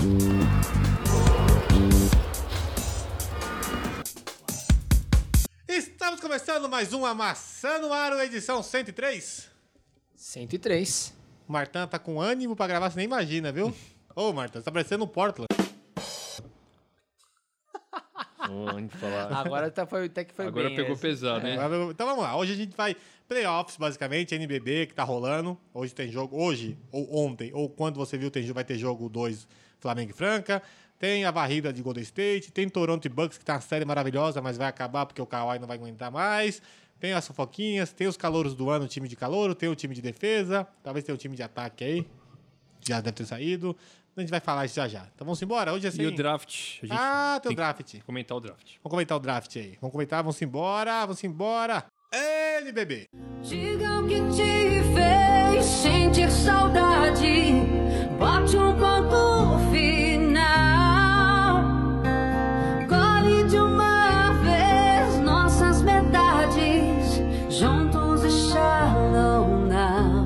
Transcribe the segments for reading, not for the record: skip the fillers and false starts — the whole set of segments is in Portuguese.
Estamos começando mais um Amassando no Aro, edição 103. 103. O Martã tá com ânimo pra gravar, você nem imagina, viu? Ô, Martã, você tá parecendo um Portland. Agora até que foi Agora bem. pegou pesado, hein? Então vamos lá, hoje a gente vai playoffs, basicamente, NBB que tá rolando. Hoje tem jogo, hoje, ou ontem, ou quando você viu, vai ter jogo 2 Flamengo e Franca. Tem a varrida de Golden State, tem Toronto e Bucks, que tá uma série maravilhosa, mas vai acabar porque o Kawhi não vai aguentar mais. Tem as fofoquinhas, tem os calouros do ano, o time de calouro, tem o time de defesa, talvez tenha o time de ataque aí, já deve ter saído. A gente vai falar isso já. Então vamos embora? Hoje é assim... E o draft? Tem o draft. Comentar o draft. Vamos comentar o draft aí. Vamos comentar, vamos embora. NBB. Diga o que te fez sentir saudade. Bote um ponto final. Colhe de uma vez nossas metades. Juntos e shalom now.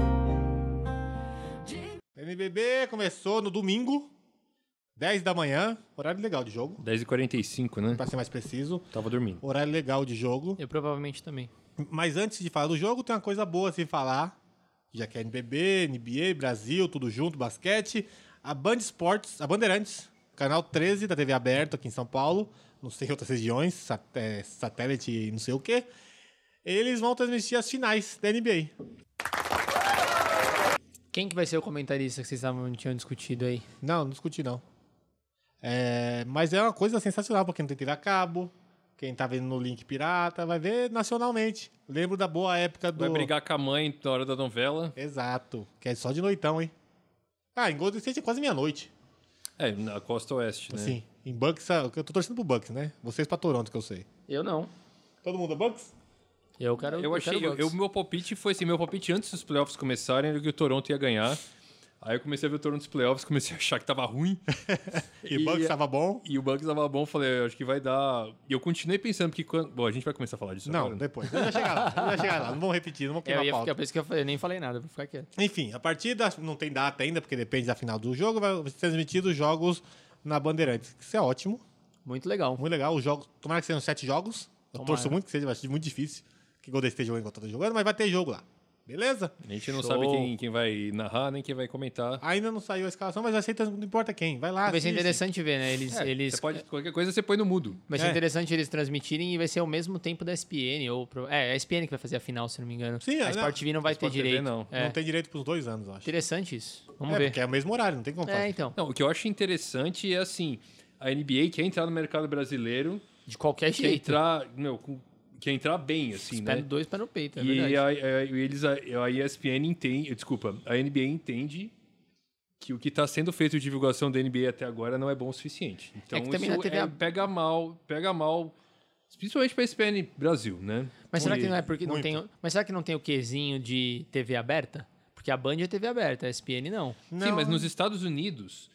NBB começou no domingo, 10 da manhã. Horário legal de jogo. 10h45, né? Pra ser mais preciso. Tava dormindo. Horário legal de jogo. Eu provavelmente também. Mas antes de falar do jogo, tem uma coisa boa a se falar. Já que é NBB, NBA, Brasil, tudo junto, basquete. A Band Esportes, a Bandeirantes, canal 13 da TV aberta aqui em São Paulo. Não sei outras regiões, satélite não sei o quê. Eles vão transmitir as finais da NBA. Quem que vai ser o comentarista que vocês tinham discutido aí? Não discuti não. Mas é uma coisa sensacional pra quem não tem TV a cabo. Quem tá vendo no link pirata vai ver nacionalmente. Lembro da boa época do... Vai brigar com a mãe na hora da novela. Exato. Que é só de noitão, hein? Em Golden State é quase meia-noite. Na costa oeste, né? Sim. Em Bucks, eu tô torcendo pro Bucks, né? Vocês pra Toronto, que eu sei. Eu não. Todo mundo é Bucks? Eu quero. Meu palpite foi assim, meu palpite antes dos playoffs começarem era que o Toronto ia ganhar. Aí eu comecei a ver o Toronto nos playoffs, comecei a achar que tava ruim. E o Bucks tava bom? E o Bucks tava bom, falei, acho que vai dar... E eu continuei pensando, porque quando... Bom, a gente vai começar a falar disso Não, agora. depois. Eu já chegar lá. Não vamos repetir, não vamos queimar a pauta. Por isso que eu falei, nem falei nada, vou ficar quieto. Enfim, a partida não tem data ainda, porque depende da final do jogo, vai ser transmitido os jogos na Bandeirantes. Isso é ótimo. Muito legal. Muito legal. Os jogos, tomara que sejam 7 jogos. Eu torço muito que seja, acho muito difícil que Golden State jogando enquanto tá jogando, mas vai ter jogo lá. Beleza? A gente não sabe quem vai narrar, nem quem vai comentar. Ainda não saiu a escalação, mas aceita, não importa quem. Vai lá. Vai ser interessante ver, né? Eles... Qualquer coisa você põe no mudo. Vai ser interessante eles transmitirem e vai ser ao mesmo tempo da ESPN. É a ESPN que vai fazer a final, se não me engano. Sim, a Sport TV não vai ter direito. Não. Não tem direito pros 2 anos, eu acho. Interessante isso. Vamos ver. Porque é o mesmo horário, não tem como fazer. Então. Não, o que eu acho interessante é assim, a NBA quer entrar no mercado brasileiro. De qualquer jeito. Quer entrar bem, assim, né? Dois pés no peito, é e verdade. a ESPN entende... Desculpa, a NBA entende que o que está sendo feito de divulgação da NBA até agora não é bom o suficiente. Então isso pega mal, principalmente para a ESPN Brasil, né? Mas será que não é porque não tem... Mas será que não tem o quezinho de TV aberta? Porque a Band é TV aberta, a ESPN não. Sim, mas nos Estados Unidos,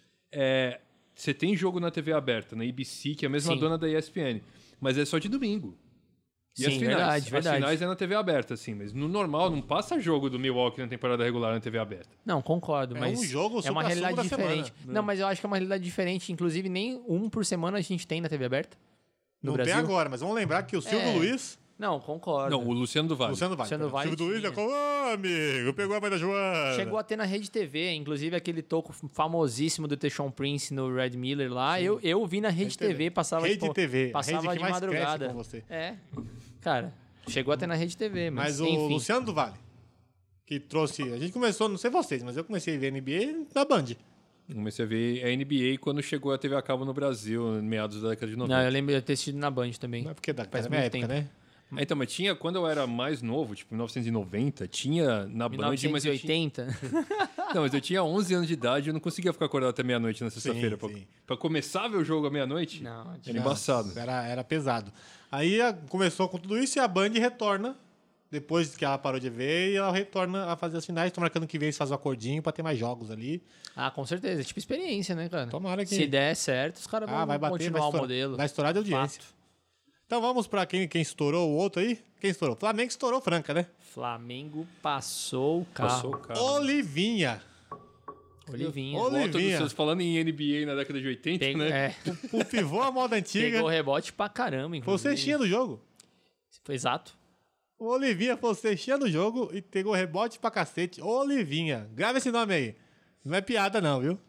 você tem jogo na TV aberta, na ABC, que é a mesma dona da ESPN, mas é só de domingo. E as finais? As finais é na TV aberta, assim, mas no normal não passa jogo do Milwaukee na temporada regular na TV aberta. Não, concordo, mas um jogo é uma realidade diferente. Semana. Não, mas eu acho que é uma realidade diferente. Inclusive, nem um por semana a gente tem na TV aberta. No Brasil. Tem agora, mas vamos lembrar que o Silvio Luiz... Não, concordo. Não, o Luciano do Vale. O Silvio Luiz já falou, amigo, pegou a mãe da Joana. Chegou a ter na Rede TV, inclusive aquele toco famosíssimo do Teshon Prince no Red Miller lá. Eu vi na Rede TV, passava passava de madrugada. Com você. Cara, chegou a ter na Rede TV, mas o enfim. Luciano do Vale, que trouxe... A gente começou, não sei vocês, mas eu comecei a ver NBA na Band. Comecei a ver a NBA quando chegou a TV a cabo no Brasil, em meados da década de 90. Não, eu lembro de ter assistido na Band também. Não é porque faz minha muito época, tempo. né? Então, mas tinha, quando eu era mais novo, tipo 1990, tinha na Band... 1980? Não, mas eu tinha 11 anos de idade e eu não conseguia ficar acordado até meia-noite na sexta-feira. Pra começar a ver o jogo à meia-noite, era embaçado. Era pesado. Aí começou com tudo isso e a Band retorna, depois que ela parou de ver, e ela retorna a fazer as finais. Tô marcando que vem eles fazem um acordinho pra ter mais jogos ali. Ah, com certeza. Tipo experiência, né, cara? Tomara que... Se der certo, os caras vão vai continuar o modelo. Vai estourar de audiência. Fato. Então vamos pra quem estourou o outro aí. Quem estourou? Flamengo estourou Franca, né? Flamengo passou o carro. Olivinha. Olivinha. Vocês falando em NBA na década de 80, né? O pivô, a moda antiga. Pegou rebote pra caramba, inclusive. Foi o cestinha do jogo. Foi exato. O Olivinha foi o cestinha do jogo e pegou rebote pra cacete. Olivinha. Grava esse nome aí. Não é piada não, viu?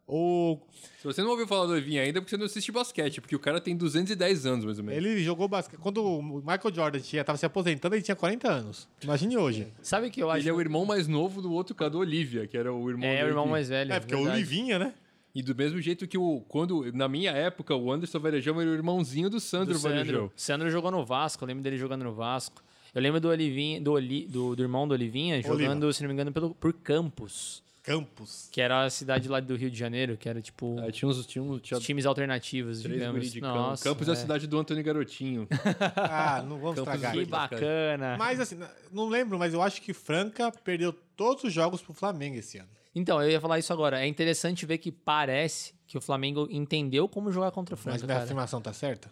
Se você não ouviu falar do Olivinha ainda, é porque você não assiste basquete, porque o cara tem 210 anos, mais ou menos. Ele jogou basquete. Quando o Michael Jordan tava se aposentando, ele tinha 40 anos. Imagine hoje. Sabe o que eu acho? Ele é o irmão mais novo do outro cara, do Olivia, que era o irmão o irmão mais velho. Porque é o Olivinha, né? E do mesmo jeito que na minha época, o Anderson Varejão era o irmãozinho do Sandro Varejão. O Sandro jogou no Vasco, eu lembro dele jogando no Vasco. Eu lembro do Olivinha, do irmão do Olivinha, jogando, se não me engano, por Campos. Que era a cidade lá do Rio de Janeiro, que era tipo. Tinha os times alternativos, digamos. Nossa, Campos é a cidade do Antônio Garotinho. Não vamos estragar. Que bacana. Mas assim, não lembro, mas eu acho que Franca perdeu todos os jogos pro Flamengo esse ano. Então, eu ia falar isso agora. É interessante ver que parece que o Flamengo entendeu como jogar contra o Franca. Mas minha afirmação tá certa?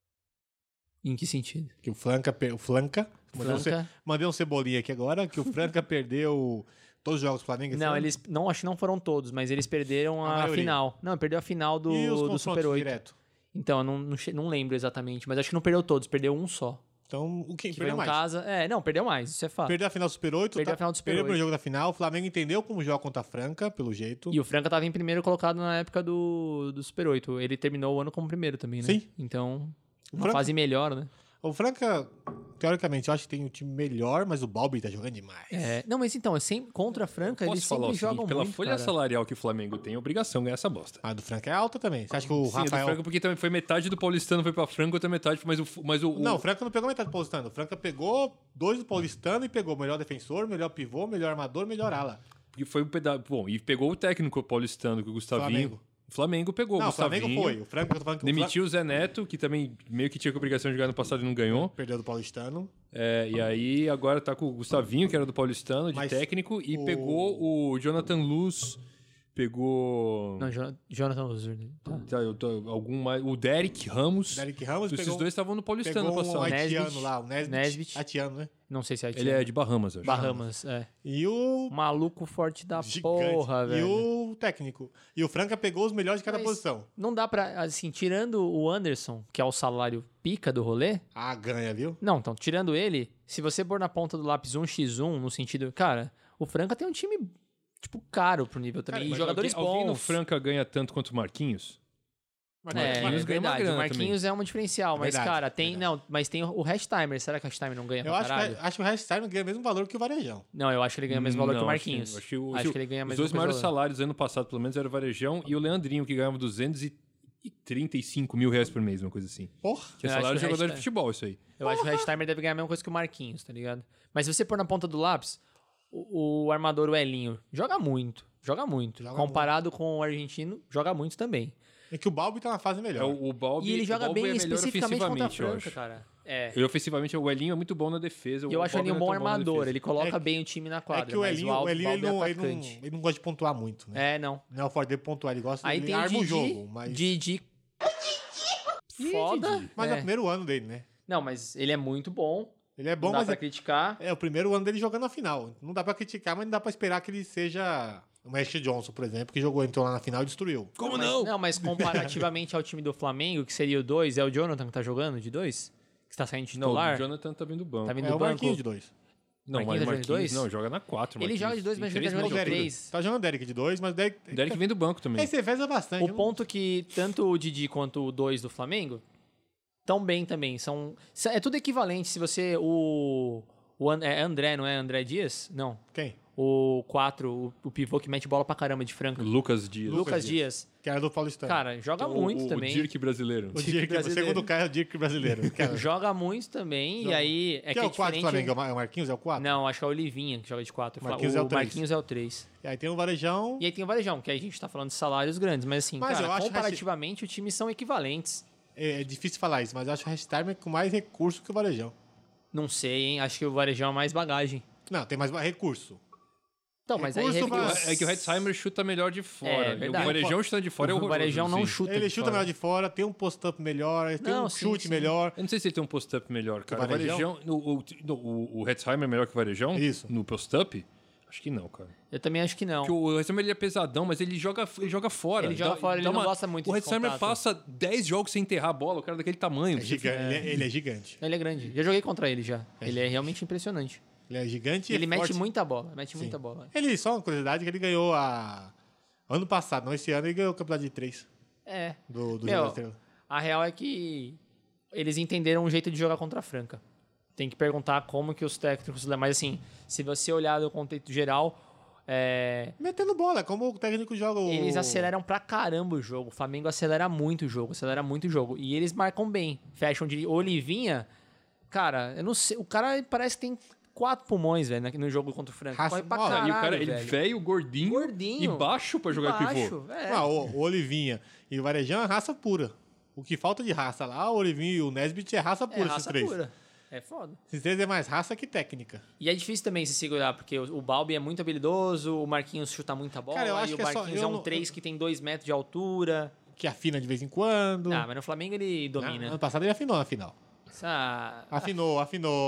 Em que sentido? Que o Franca. Mandei um cebolinha aqui agora, que o Franca perdeu. Todos os jogos do Flamengo? Não, eles não, acho que não foram todos, mas eles perderam a final. Não, perdeu a final do Super 8. Direto? Então, eu não lembro exatamente, mas acho que não perdeu todos, perdeu um só. Então, o que perdeu mais? Não, perdeu mais, isso é fato. Perdeu a final do Super 8, perdeu a final do Super 8. Perdeu o jogo da final, o Flamengo entendeu como joga contra a Franca, pelo jeito. E o Franca tava em primeiro colocado na época do Super 8. Ele terminou o ano como primeiro também, né? Sim. Então, uma fase melhor, né? O Franca, teoricamente, eu acho que tem um time melhor, mas o Balbi tá jogando demais. Não, mas então, contra a Franca, eles sempre jogam muito, pela folha salarial que o Flamengo tem, é obrigação ganhar essa bosta. A do Franca é alta também. Você acha que o Rafael... do Franca, porque também foi metade do Paulistano, foi pra Franca, outra metade, mas o... Não, o Franca não pegou metade do Paulistano. O Franca pegou 2 do Paulistano e pegou melhor defensor, melhor pivô, melhor armador, melhor ala. E foi um pedaço... Bom, e pegou o técnico paulistano, que o Gustavinho... O Flamengo pegou, o Flamengo foi. O Franca, eu tô falando que demitiu o Zé Neto, que também meio que tinha a obrigação de jogar no passado e não ganhou. Perdeu do Paulistano. E aí agora tá com o Gustavinho, que era do Paulistano, de técnico, e pegou o Jonathan Luz, pegou... Não, Jonathan Luz. O Derek Ramos. Esses dois estavam no Paulistano passado. O haitiano lá, o Nesbitt. Haitiano, né? Não sei se é haitiano. Ele é de Bahamas, acho. Bahamas, E o... Maluco forte da porra, velho. E o técnico. E o Franca pegou os melhores de cada posição. Não dá pra, assim, tirando o Anderson, que é o salário pica do rolê... ganha, viu? Não, então, tirando ele, se você pôr na ponta do lápis 1x1, no sentido... Cara, o Franca tem um time, tipo, caro pro nível também. E jogadores bons. Alguém no Franca ganha tanto quanto o Marquinhos? É verdade. O Marquinhos é um diferencial, mas, cara, tem. Verdade. Não, mas tem o Hashtimer. Será que o Hashtimer não ganha pra caralho? Acho que o Hashtimer ganha o mesmo valor que o Varejão. Não, eu acho que ele ganha o mesmo valor que o Marquinhos. Acho que ele ganha o mesmo valor. Os dois maiores salários ano passado, pelo menos, era o Varejão e o Leandrinho, que ganhava 235 mil reais por mês, uma coisa assim. Porra! Que é salário de jogador de futebol, isso aí. Eu acho que o Hashtimer deve ganhar a mesma coisa que o Marquinhos, tá ligado? Mas se você pôr na ponta do lápis, o armador, o Elinho, joga muito. Comparado com o argentino, joga muito também. É que o Balbi tá na fase melhor. E ele joga bem especificamente contra a Franca, cara. E ofensivamente, o Elinho é muito bom na defesa. Eu acho o Elinho um bom armador. Ele coloca bem o time na quadra. É que o Elinho ele não gosta de pontuar muito, né? Não. Não é o forte dele pontuar. Ele gosta de arma o jogo. Mas... Didi. Foda. Mas é o primeiro ano dele, né? Não, mas ele é muito bom. Ele é bom, mas... Não dá pra criticar. É o primeiro ano dele jogando na final. Não dá pra criticar, mas não dá pra esperar que ele seja... O Mestre Johnson, por exemplo, que entrou lá na final e destruiu. Como não? Não, mas comparativamente ao time do Flamengo, que seria o 2, é o Jonathan que tá jogando de 2? Que tá saindo titular? Não, o Jonathan tá vindo do banco. Tá vindo do banco. O Marquinhos de 2. Não, mas o Marquinhos não, joga na 4. Ele joga de 2, mas ele tá jogando de 3. Tá jogando Derek de 2, mas o Derek vem do banco também. Aí você fez bastante. O ponto que tanto o Didi quanto o 2 do Flamengo tão bem também. É tudo equivalente. Se você... É André, não é André Dias? Não. Quem? O 4, o pivô que mete bola pra caramba de Franca. Lucas Dias. Que era do Paulistano. Cara, joga muito também. O Dirk brasileiro. O segundo cara é o Dirk brasileiro. Joga muito também, e aí... Que é o 4 do Flamengo? É o Marquinhos? É o 4? Não, acho que é o Olivinha que joga de 4. Marquinhos é o 3. Marquinhos é o 3. E aí tem o Varejão. E aí tem o Varejão, que aí a gente tá falando de salários grandes, mas assim, cara, comparativamente, os times são equivalentes. É difícil falar isso, mas eu acho o Hashtimer com mais recurso que o Varejão. Não sei, hein? Acho que o Varejão é mais bagagem. Não, tem mais recurso. Então, mas aí é que o Hetzheimer chuta melhor de fora. O Varejão chutando de fora é horroroso. O Varejão não chuta. Ele chuta melhor de fora, tem um post-up melhor, tem um chute melhor. Eu não sei se ele tem um post-up melhor, cara. O Hetzheimer é melhor que o Varejão? Isso. No post-up? Acho que não, cara. Eu também acho que não. Porque o Hesselmer ele é pesadão, mas ele joga fora. Ele joga fora, ele não gosta muito de contato. O Hesselmer passa 10 jogos sem enterrar a bola, o cara daquele tamanho. Ele é gigante. Ele é grande. Já joguei contra ele já. Ele é realmente impressionante. Ele é gigante ele mete forte. muita bola. Muita bola. Ele, só uma curiosidade, que ele ganhou ano passado, não esse ano, ele ganhou o campeonato de 3. Do Jogo da Estrela. A real é que eles entenderam um jeito de jogar contra a Franca. Tem que perguntar como que os técnicos... Mas assim, se você olhar do contexto geral... Metendo bola, como o técnico joga o... Eles aceleram pra caramba o jogo. O Flamengo acelera muito o jogo. E eles marcam bem. Fecham de Olivinha... Cara, eu não sei... O cara parece que tem 4 pulmões, velho, no jogo contra o Franca. Corre pra caralho, e o cara, ele velho, gordinho e baixo pra jogar pivô. O Olivinha e o Varejão é raça pura. O que falta de raça lá, o Olivinho e o Nesbitt é raça pura, esses três. Pura. É foda. Esses três é mais raça que técnica. E é difícil também se segurar, porque o Balbi é muito habilidoso, o Marquinhos chuta muita bola, cara, eu acho e o que Marquinhos é um 3 que tem 2 metros de altura. Que afina de vez em quando. Mas no Flamengo ele domina. Ano passado ele afinou na final. Afinou.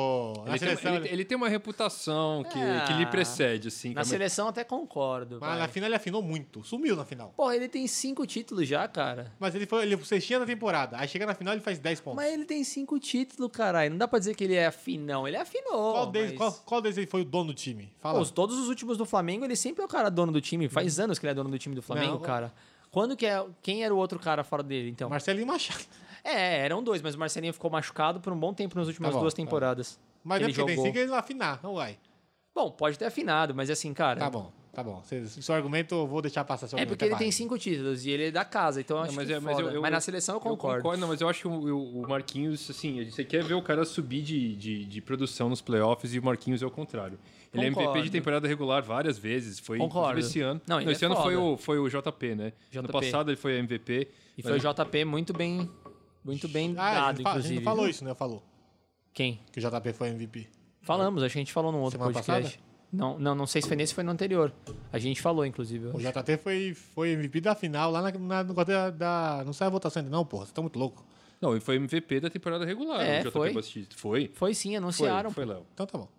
Ele tem uma reputação que lhe precede, assim. Na seleção até concordo. Mas na final ele afinou muito. Sumiu na final. Porra, ele tem 5 títulos já, cara. Mas ele foi sextinha na temporada. Aí chega na final ele faz 10 pontos. Mas ele tem 5 títulos, caralho. Não dá pra dizer que ele é afinão. Ele afinou. Qual deles ele foi o dono do time? Fala. Todos os últimos do Flamengo, ele sempre é o cara dono do time. Faz anos que ele é dono do time do Flamengo, cara. Quem era o outro cara fora dele, então? Marcelinho Machado. Eram 2, mas o Marcelinho ficou machucado por um bom tempo nas últimas 2 temporadas. Mas ele tem 5 ele não afinar, não vai. Bom, pode ter afinado, mas assim, cara... Tá bom. Seu argumento eu vou deixar passar. É porque ele tem 5 títulos e ele é da casa, então eu acho mas na seleção eu concordo. Mas eu acho que o Marquinhos, assim, você quer ver o cara subir de produção nos playoffs e o Marquinhos é o contrário. Ele é MVP de temporada regular várias vezes. Foi esse ano. Não, esse ano foi o JP, né? No passado ele foi MVP. E foi o JP muito bem dado, inclusive. A gente não falou isso, né? Falou. Quem? Que o JP foi MVP. Falamos, acho que a gente falou num outro podcast. Passada? Não sei se foi nesse ou foi no anterior. A gente falou, inclusive. O JP foi MVP da final lá não sai a votação ainda, não, porra. Você tá muito louco. Não, ele foi MVP da temporada regular. Foi sim, anunciaram. Foi, Léo. Então tá bom.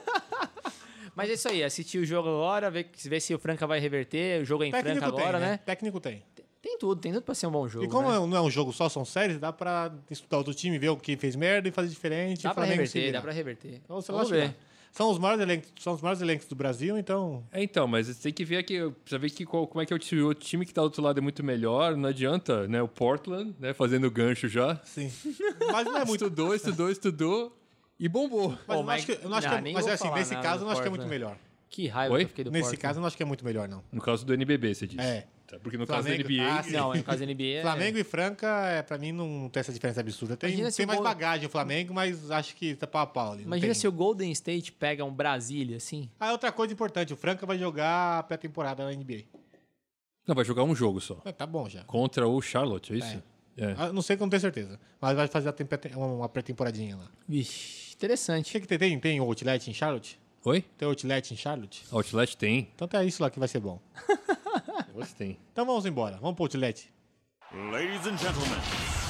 Mas é isso aí, assistir o jogo agora, ver se o Franca vai reverter. O jogo é em Franca agora, né? Técnico tem. Tem tudo pra ser um bom jogo. E como não é um jogo só, são séries, dá pra estudar outro time, ver o que fez merda e fazer diferente. Dá pra reverter. Então, vamos ver. São os maiores elencos do Brasil, então... Mas você tem que ver aqui, precisa ver como é que o time que tá do outro lado é muito melhor, não adianta, né? O Portland, né? Fazendo gancho já. Sim. Mas não é muito... Estudou e bombou. Mas nesse caso eu não acho que é muito melhor. Que raiva que eu fiquei do Nesse caso eu não acho que é muito melhor, não. No caso do NBB, você disse. Porque no Flamengo, caso da NBA... Não, no caso da NBA... Flamengo e Franca, pra mim, não tem essa diferença absurda. Tem mais bagagem o Flamengo, mas acho que tá pau a pau ali. Imagina se o Golden State pega um Brasília, assim. Outra coisa importante, o Franca vai jogar a pré-temporada na NBA. Não, vai jogar um jogo só. Tá bom já. Contra o Charlotte, é isso? Não sei, que não tenho certeza. Mas vai fazer uma pré-temporadinha lá. Vixe, interessante. O que tem o Outlet em Charlotte? Oi? Tem Outlet em Charlotte? Outlet tem. Então é isso lá que vai ser bom. Gostei. Então vamos embora. Vamos pro Outlet. Ladies and gentlemen,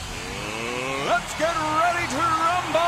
let's get ready to rumble!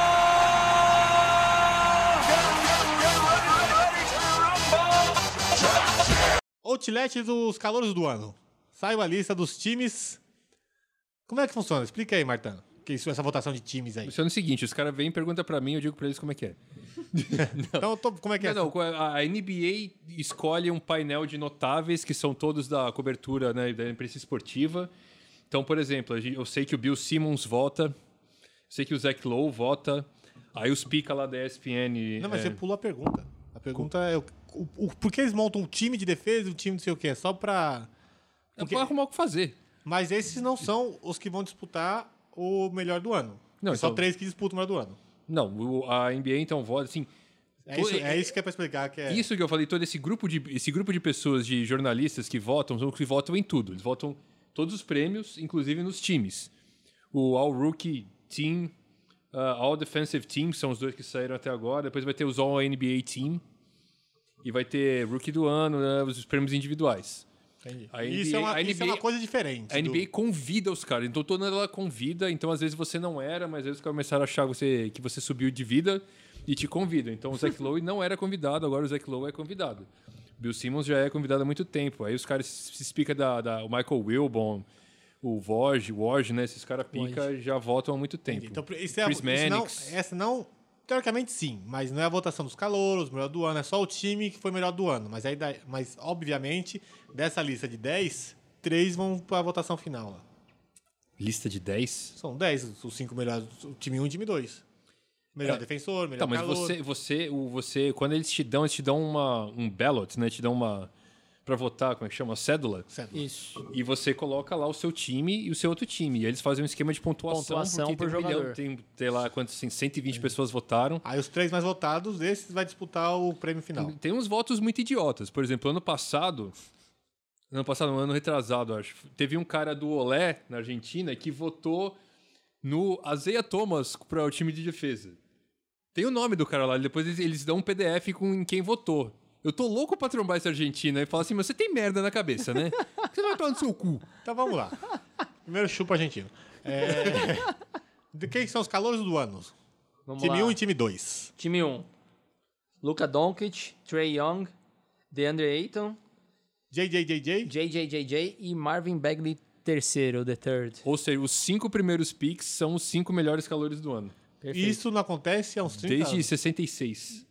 Outlet dos calouros do ano. Saiu a lista dos times. Como é que funciona? Explica aí, Martano. Essa votação de times aí. Funciona o seguinte, os caras vêm e perguntam pra mim, eu digo pra eles como é que é. Então, como é que é? Não, a NBA escolhe um painel de notáveis que são todos da cobertura, né, da imprensa esportiva. Então, por exemplo, eu sei que o Bill Simmons vota, eu sei que o Zach Lowe vota, aí os pica lá da ESPN... Não, mas você pulou a pergunta. A pergunta é por que eles montam um time de defesa e um time não sei o quê? É só pra... É pra arrumar o que fazer. Mas esses não são os que vão disputar o melhor do ano. Não, só 3 que disputam o melhor do ano. Não, a NBA então vota assim. É isso que é pra explicar. Isso que eu falei, todo esse grupo de pessoas, de jornalistas que votam, são os que votam em tudo. Eles votam todos os prêmios, inclusive nos times. O All Rookie Team, All Defensive Team, são os 2 que saíram até agora. Depois vai ter os All NBA Team. E vai ter Rookie do Ano, né, os prêmios individuais. Entendi. Isso é uma coisa diferente. A NBA convida os caras. Então toda ela convida. Então às vezes você não era, mas às vezes os caras começaram a achar que você subiu de vida. e te convidam. Então o Zach Lowe não era convidado, agora o Zach Lowe é convidado. Bill Simmons já é convidado há muito tempo. Aí os caras se explica o Michael Wilbon, o Woj, né? Esses caras pica já votam há muito tempo. Então, Chris Mannix. Essa não, teoricamente sim, mas não é a votação dos calouros, melhor do ano, é só o time que foi melhor do ano. Mas obviamente, dessa lista de 10, 3 vão para a votação final lá. Lista de 10? São 10, os 5 melhores, o time 1 e o time 2. Melhor defensor, melhor calor. Mas você, quando eles te dão um ballot, né? Te dão uma... Pra votar, como é que chama? Cédula. Isso. E você coloca lá o seu time e o seu outro time. E eles fazem um esquema de pontuação por jogador. Tem lá quantos, assim, 120 pessoas votaram. Aí os 3 mais votados, desses vai disputar o prêmio final. Tem uns votos muito idiotas. Por exemplo, ano ano retrasado, acho. Teve um cara do Olé, na Argentina, que votou no Isaiah Thomas para o time de defesa. Tem o nome do cara lá. Depois eles dão um PDF com quem votou. Eu tô louco pra trombar esse argentino e falar assim, mas você tem merda na cabeça, né? Você vai pra no seu cu. Então vamos lá. Primeiro chupa argentino. De quem são os calouros do ano? Time 1 e time 2. Time 1. Luka Doncic, Trae Young, DeAndre Ayton, JJJJ e Marvin Bagley III, the third. Ou seja, os 5 primeiros picks são os 5 melhores calores do ano. Perfeito. Isso não acontece há uns 30 anos. Desde 66.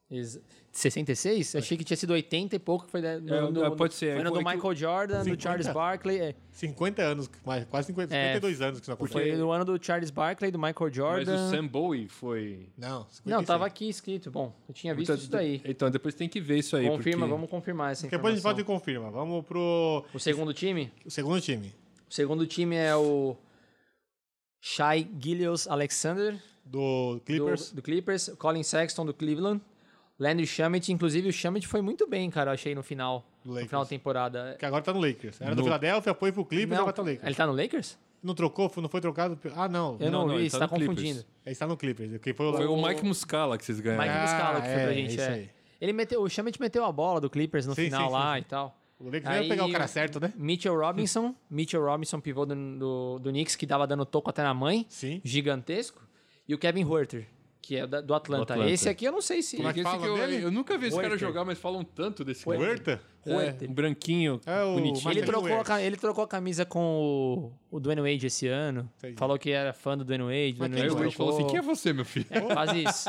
66? Achei que tinha sido 80 e pouco. Que foi pode ser. Foi no do Michael Jordan, do Charles Barkley. 50 anos, quase 52 anos que isso não aconteceu. Foi no ano do Charles Barkley, do Michael Jordan. Mas o Sam Bowie foi... Não, 56. Não, tava aqui escrito. Bom, eu tinha visto isso daí. Então, depois tem que ver isso aí. Vamos confirmar essa informação. Depois a gente pode confirmar. Vamos pro... O segundo time? O segundo time. O segundo time é o Shai Gilgeous-Alexander. Do Clippers. Do Clippers. Colin Sexton, do Cleveland. Landry Shamet, inclusive o Shamet foi muito bem, cara, eu achei no final da temporada. Que agora tá no Lakers. Era do Philadelphia, foi pro Clippers e agora tá no Lakers. Ele tá no Lakers? Não trocou? Não foi trocado? Ah, não. Eu não vi, você tá confundindo. Ele está no Clippers. Foi o Mike Muscala que vocês ganharam. Mike Muscala que foi pra gente, isso aí. O Shamet meteu a bola do Clippers no final lá e tal. O Lakers ia pegar o cara certo, né? Mitchell Robinson, pivô do Knicks, que tava dando toco até na mãe. Sim. Gigantesco. E o Kevin Huerter, que é do Atlanta. Esse aqui eu não sei se... Como é que fala dele? Eu nunca vi esse cara jogar, mas falam tanto desse cara. Huerta? Um branquinho, bonitinho. Ele trocou a camisa com o Dwayne Wade esse ano. Entendi. Falou que era fã do Dwayne Wade. Aí o Wade falou assim, quem é você, meu filho? Quase isso.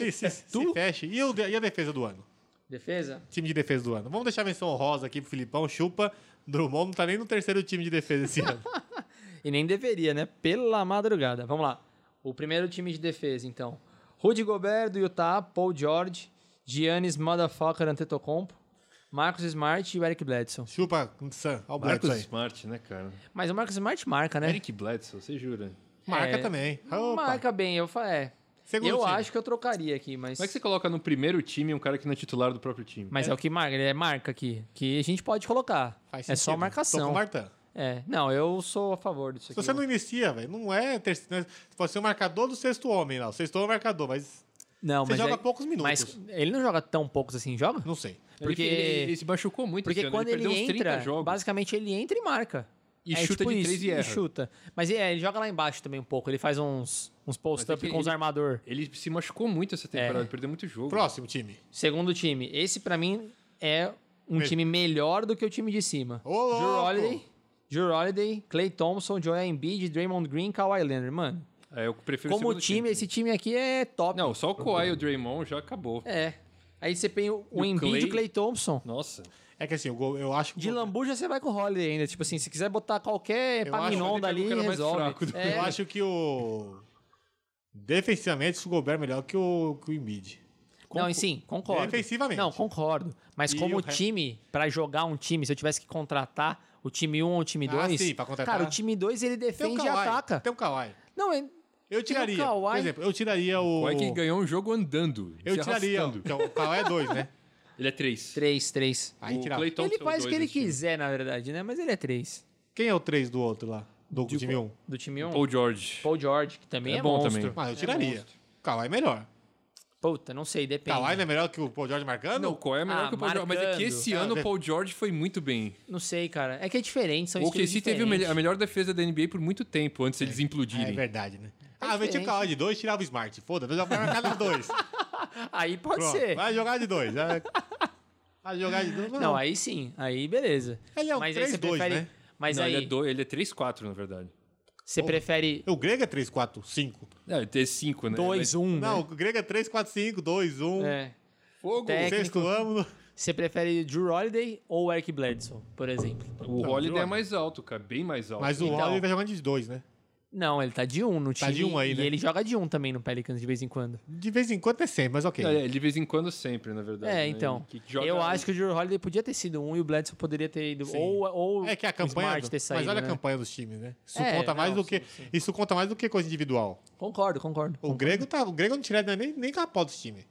Se fecha. E a defesa do ano? Defesa? Time de defesa do ano. Vamos deixar a menção honrosa aqui pro Filipão. Chupa. Drummond não tá nem no terceiro time de defesa esse ano. E nem deveria, né? Pela madrugada. Vamos lá. O primeiro time de defesa, então. Rudy Gobert, do Utah, Paul George, Giannis Motherfucker Antetokounmpo, Marcus Smart e o Eric Bledsoe. Chupa, Sam. Olha o Marcus Bledsoe aí. Smart, né, cara? Mas o Marcus Smart marca, né? Eric Bledsoe, você jura? Marca também. Opa. Marca bem, eu Segundo time. acho que eu trocaria aqui, mas... Como é que você coloca no primeiro time um cara que não é titular do próprio time? Mas é o que marca, ele é marca aqui, que a gente pode colocar. Faz É só sentido. marcação. Tô com o Martin. Não, eu sou a favor disso Se aqui. você não inicia, velho, não é terceiro. Pode ser o marcador do sexto homem lá. O sexto homem é o marcador, mas Não, você mas joga poucos minutos. Mas ele não joga tão poucos assim, joga? Não sei. Porque ele se machucou muito esse Porque ano. quando Ele perdeu uns 30 entra, jogos. basicamente ele entra e marca. E chuta de 3 e erra. chuta. Mas ele joga lá embaixo também um pouco. Ele faz uns post-up com os armador. Ele se machucou muito essa temporada, perdeu muito jogo. Próximo time. Segundo time. Esse, pra mim, é um time melhor do que o time de cima. Ô, louco! Drew Holiday, Klay Thompson, Joel Embiid, Draymond Green, Kawhi Leonard. Mano, Eu prefiro como o segundo time. esse time aqui é top. Não, só o Kawhi e o Draymond já acabou. Aí você tem o Embiid e o Klay Thompson. Nossa. É que assim, eu acho que... De lambuja você vai com o Holiday ainda. Tipo assim, se quiser botar qualquer Eu Paminonda acho que ali, ele é o cara mais resolve. fraco. Eu acho que defensivamente, o Gobert é melhor que o Embiid. Não, sim, concordo. Defensivamente. Não, concordo. Mas E como o time, pra jogar um time, se eu tivesse que contratar o time 1 ou o time 2... sim, pra contratar. Cara, o time 2 ele Tem o defende e Kawhi. ataca. Tem o Kawhi. Não, Eu tiraria. Tem o Kawhi. Por exemplo, eu tiraria o... O Kawhi que ganhou um jogo andando. Eu se tiraria. arrastando. Que o Kawhi é 2, né? Ele é 3. 3. Aí O tirava. Klay Thompson Ele faz o que ele dois, assim. quiser, na verdade, né? Mas ele é 3. Quem é o 3 do outro lá? Do time 1? Do time 1? Paul George. Paul George, que também é bom monstro. também. Mas eu tiraria. O Kawhi é melhor. Puta, não sei, depende. Kawhi não é melhor que o Paul George marcando? Não, o Kawhi é melhor que o Paul George. Mas é que esse ano o Paul George foi muito bem. Não sei, cara. É que é diferente, são O estilos OKC teve diferentes. a melhor defesa da NBA por muito tempo, antes eles É implodirem. verdade, né? Metia o diferente. Kawhi de 2, tirava o Smart. Foda-se, já vai marcar nas 2. Aí pode Pronto, ser. vai jogar de 2. Vai jogar de 2. Não, aí sim. Aí beleza. Ele é um Mas aí você 3-2, prefere... né? Mas Não, aí, ele é 3-4, na verdade. você prefere O grego é 3-4-5. Não, ele tem 5, né? 2-1, né? Não, o grego é 3-4-5, 2-1. É. Fogo. Técnico. Sexto ângulo. Você prefere Drew Holiday ou Eric Bledsoe, por exemplo? O Holiday é mais alto, cara. Bem mais alto. Mas o Então. Holiday tá jogando de 2, né? Não, ele tá de 1 no time. Tá de 1 aí, e né? ele joga de 1 também no Pelicans de vez em quando. De vez em quando é sempre, mas ok. É, de vez em quando sempre, na verdade. né? Então. Que joga- Eu acho que o Drew Holiday podia ter sido 1 e o Bledsoe poderia ter ido. Ou É que a o campanha. Smart ter saído, Mas olha né? a campanha dos times, né? Isso É, conta mais não, do que. sim. Isso conta mais do que coisa individual. Concordo. O grego não tira nem capó dos times.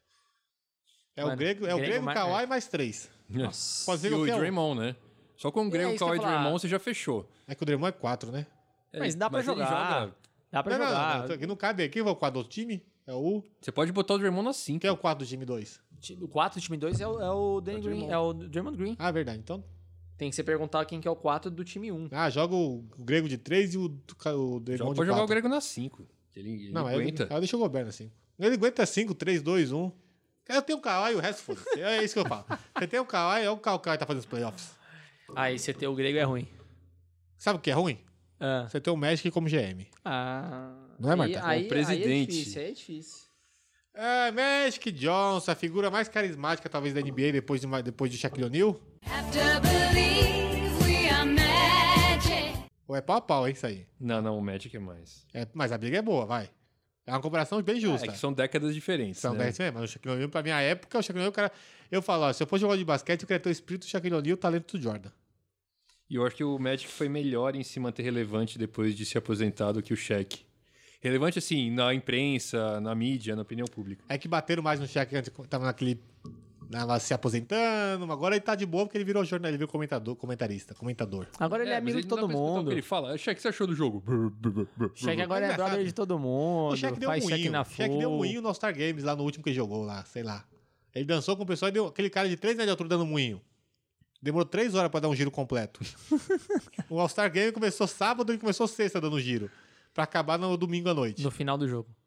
É o Mano, grego, mais- Kawhi mais 3. Nossa. Pode ser E o qualquer um. Draymond, né? Só com o Grego, isso que eu Kawhi ia e falar. Draymond você já fechou. É que o Draymond é 4, né? Mas dá pra ele jogar. joga- Dá pra jogar. Aqui não cabe aqui, o 4 do time é o. Você pode botar o Draymond na 5. Quem é o 4 do time 2? O 4 do time 2 é o Danny Green. É o Draymond Green. Ah, verdade. Então. Tem que você perguntar quem que é o 4 do time 1. Joga o grego de 3 e o Draymond de 4. Pode jogar o Grego na 5. Ele Não, aguenta. Aí deixa o Gobert assim. Ele aguenta 5, 3, 2, 1. Eu tenho o Kawhi e o resto foda-se. É isso que eu falo. Você tem o Kawhi, é o Kawhi tá fazendo os playoffs. Aí você ter o grego é ruim. Sabe o que é ruim? Ah. Você tem o Magic como GM. Não é, Marta? Aí, O presidente. Aí é difícil. Magic Johnson, a figura mais carismática talvez da NBA depois de Shaquille O'Neal. Have to believe we are magic. Ou é pau a pau, hein, isso aí. Não, o Magic é mais. Mas a briga é boa, vai. É uma comparação bem justa. É que são décadas diferentes. São né? 10 mesmo, mas o Shaquille O'Neal, pra minha época, o Shaquille O'Neal, cara... Eu falo, ó, se eu for jogar de basquete, eu queria ter o espírito do Shaquille O'Neal e o talento do Jordan. E eu acho que o Magic foi melhor em se manter relevante depois de se aposentar do que o Shaq. Relevante, assim, na imprensa, na mídia, na opinião pública. É que bateram mais no Shaq antes, tava naquele... se aposentando, agora ele tá de boa porque ele virou jornalista, ele virou comentador. Agora ele é amigo mas de não dá todo pra escutar o mundo. que ele fala. Shaq, o que você achou do jogo? Shaq agora é Engraçado. brother de todo mundo. O Shaq deu um faz check moinho. na O Shaq deu um moinho no All-Star Games lá no último que ele jogou lá, sei lá. Ele dançou com o pessoal e deu aquele cara de 3 metros de altura dando moinho. Demorou 3 horas pra dar um giro completo. O All-Star Game começou sábado e começou sexta dando giro. Pra acabar no domingo à noite. No final do jogo.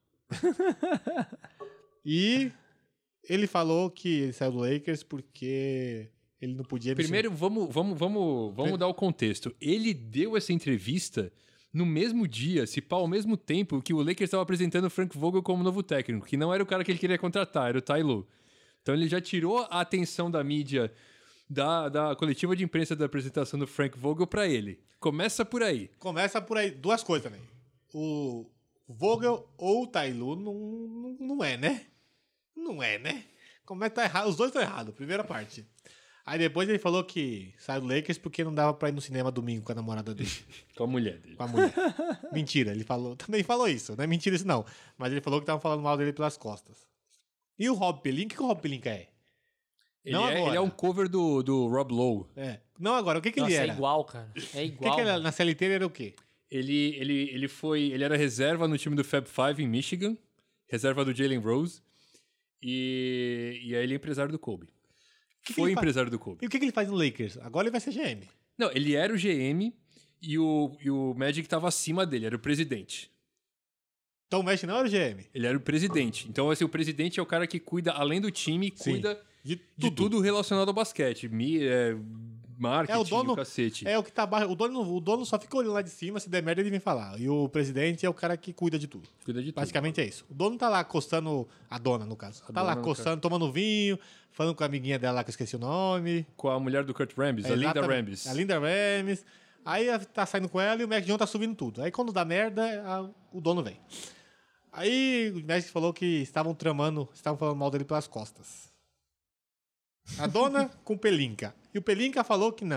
E ele falou que ele saiu do Lakers porque ele não podia... Primeiro, vamos dar o contexto. Ele deu essa entrevista no mesmo dia, se pá, ao mesmo tempo que o Lakers estava apresentando o Frank Vogel como novo técnico, que não era o cara que ele queria contratar, era o Ty Lue. Então ele já tirou a atenção da mídia, da coletiva de imprensa da apresentação do Frank Vogel pra ele. Começa por aí. Começa por aí. Duas coisas também. O Vogel ou o Ty Lue não é, né? Não é, né? Como é que tá errado? Os dois estão errados, primeira parte. Aí depois ele falou que saiu do Lakers porque não dava pra ir no cinema domingo com a namorada dele. Com a mulher dele. Com a mulher. Mentira, ele também falou isso. Não é mentira isso não. Mas ele falou que estavam falando mal dele pelas costas. E o Rob Pelinka? O que o Rob Pelinka é? Ele é um cover do Rob Lowe. É. Não agora, o que ele Nossa, era? é igual, cara. É O igual. que ele era? Na CLT ele era o quê? Ele era reserva no time do Fab Five em Michigan, reserva do Jalen Rose, e aí ele é empresário do Kobe. Foi empresário do Kobe. E o que ele faz no Lakers? Agora ele vai ser GM. Não, ele era o GM e o Magic estava acima dele, era o presidente. Então o Magic não era o GM. Ele era o presidente. Então, assim, o presidente é o cara que cuida, além do time, Sim. cuida De de tudo relacionado ao basquete. Marketing, É o dono, o cacete. é o que tá abaixo. O dono só fica olhando lá de cima, se der merda ele vem falar. E o presidente é o cara que cuida de tudo. Cuida de tudo. Basicamente é isso. O dono tá lá coçando, a dona no caso. Tá lá dona, no coçando, tomando vinho, falando com a amiguinha dela lá que eu esqueci o nome. Com a mulher do Kurt Rambis, a Linda Exatamente. Rambis. A Linda Rambis. Aí tá saindo com ela e o Mac Jones tá subindo tudo. Aí quando dá merda, o dono vem. Aí o Magic falou que estavam falando mal dele pelas costas. A dona com o Pelinka. E o Pelinka falou que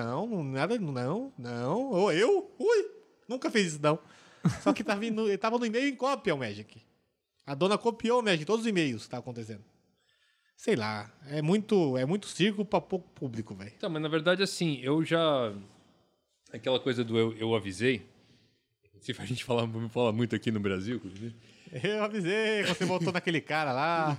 não. Ou eu? Ui, nunca fiz isso não. Só que ele tava no e-mail em cópia o Magic. A dona copiou o Magic, todos os e-mails que tá acontecendo. Sei lá, é muito circo pra pouco público, velho. Tá, mas na verdade, assim, eu já... Aquela coisa do eu avisei, se a gente fala muito aqui no Brasil, inclusive. Eu avisei, você voltou naquele cara lá.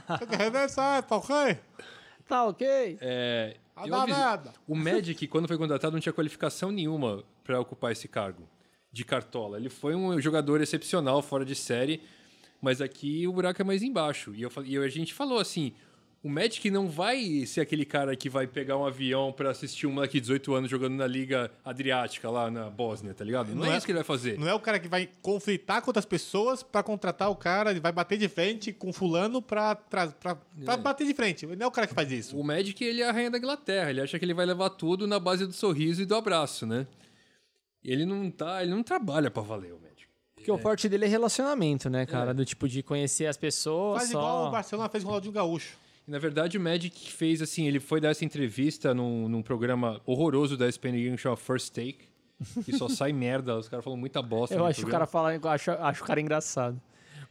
Tá ok? Tá ok. Eu avisei. O Magic, quando foi contratado, não tinha qualificação nenhuma para ocupar esse cargo de cartola. Ele foi um jogador excepcional, fora de série, Mas aqui o buraco é mais embaixo. E a gente falou assim, o Magic não vai ser aquele cara que vai pegar um avião pra assistir um moleque de 18 anos jogando na Liga Adriática lá na Bósnia, tá ligado? Não é isso que ele vai fazer. Não é o cara que vai conflitar com outras pessoas pra contratar o cara, ele vai bater de frente com fulano pra bater de frente. Não é o cara que faz isso. O Magic, ele é a rainha da Inglaterra. Ele acha que ele vai levar tudo na base do sorriso e do abraço, né? Ele não trabalha pra valer, o Magic. Porque o forte dele é relacionamento, né, cara? Do tipo de conhecer as pessoas. Faz igual o Barcelona fez com o Ronaldinho Gaúcho. Na verdade, o Magic fez assim, ele foi dar essa entrevista num programa horroroso da ESPN que chama First Take, que só sai merda, os caras falam muita bosta. Eu acho o cara acho o cara engraçado.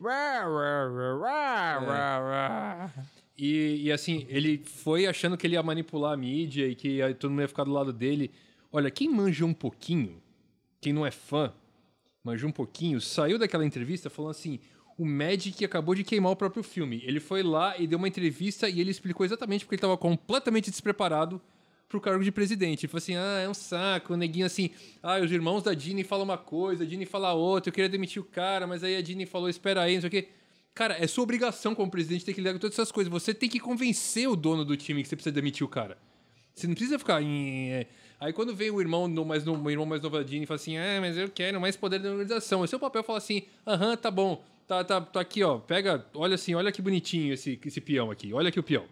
E assim, ele foi achando que ele ia manipular a mídia e que todo mundo ia ficar do lado dele. Olha, quem manja um pouquinho, quem não é fã, manja um pouquinho, saiu daquela entrevista falando assim, o Magic acabou de queimar o próprio filme. Ele foi lá e deu uma entrevista e ele explicou exatamente porque ele estava completamente despreparado pro cargo de presidente. Ele falou assim, é um saco, o neguinho assim, os irmãos da Ginny falam uma coisa, a Ginny fala outra, eu queria demitir o cara, mas aí a Ginny falou, espera aí, não sei o quê. Cara, é sua obrigação como presidente ter que lidar com todas essas coisas. Você tem que convencer o dono do time que você precisa demitir o cara. Você não precisa ficar em... Aí quando vem o irmão mais novo da Ginny e fala assim, mas eu quero mais poder da organização. O seu papel fala assim, tá bom. Tá aqui, ó. Pega, olha assim, olha que bonitinho esse peão aqui. Olha aqui o peão.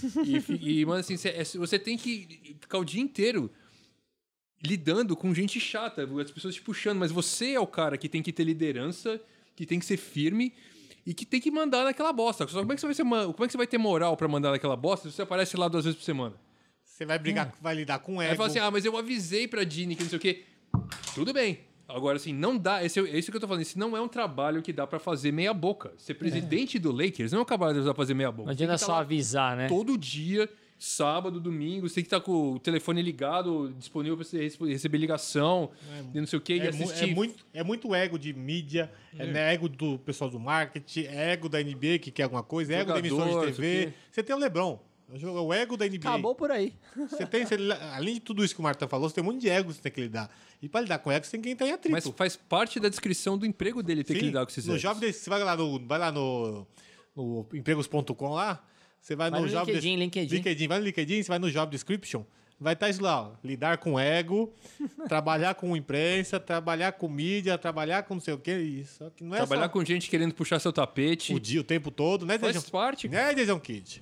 Mano, assim, você tem que ficar o dia inteiro lidando com gente chata, as pessoas te puxando, mas você é o cara que tem que ter liderança, que tem que ser firme e que tem que mandar naquela bosta. Só como é que você vai ter moral pra mandar naquela bosta se você aparece lá 2 vezes por semana? Você vai brigar, vai lidar com ego. Aí fala assim, mas eu avisei pra Ginny que não sei o quê. Tudo bem. Agora, assim, não dá... Esse que eu tô falando. Esse não é um trabalho que dá pra fazer meia boca. Ser presidente do Lakers não é um trabalho que dá pra fazer meia boca. Não adianta só avisar, né? Todo dia, sábado, domingo, você tem que estar com o telefone ligado, disponível pra você receber ligação, e não sei o quê, e assistir. É muito ego de mídia, é ego do pessoal do marketing, é ego da NBA que quer alguma coisa, é ego da emissora de TV. Você tem o LeBron. O ego da NBA. Acabou por aí. Além de tudo isso que o Marta falou, você tem um monte de ego que você tem que lidar. E para lidar com ego, você tem que entrar em atrito. Mas faz parte da descrição do emprego dele ter que lidar com esses egos. No job você vai lá no empregos.com lá, você vai no job... LinkedIn. Vai no LinkedIn, você vai no job description, vai estar isso lá, ó, lidar com ego, trabalhar com imprensa, trabalhar com mídia, trabalhar com não sei o quê. Isso, que não é trabalhar com gente querendo puxar seu tapete. O tempo todo, né? Faz parte. Né, Jason Kidd?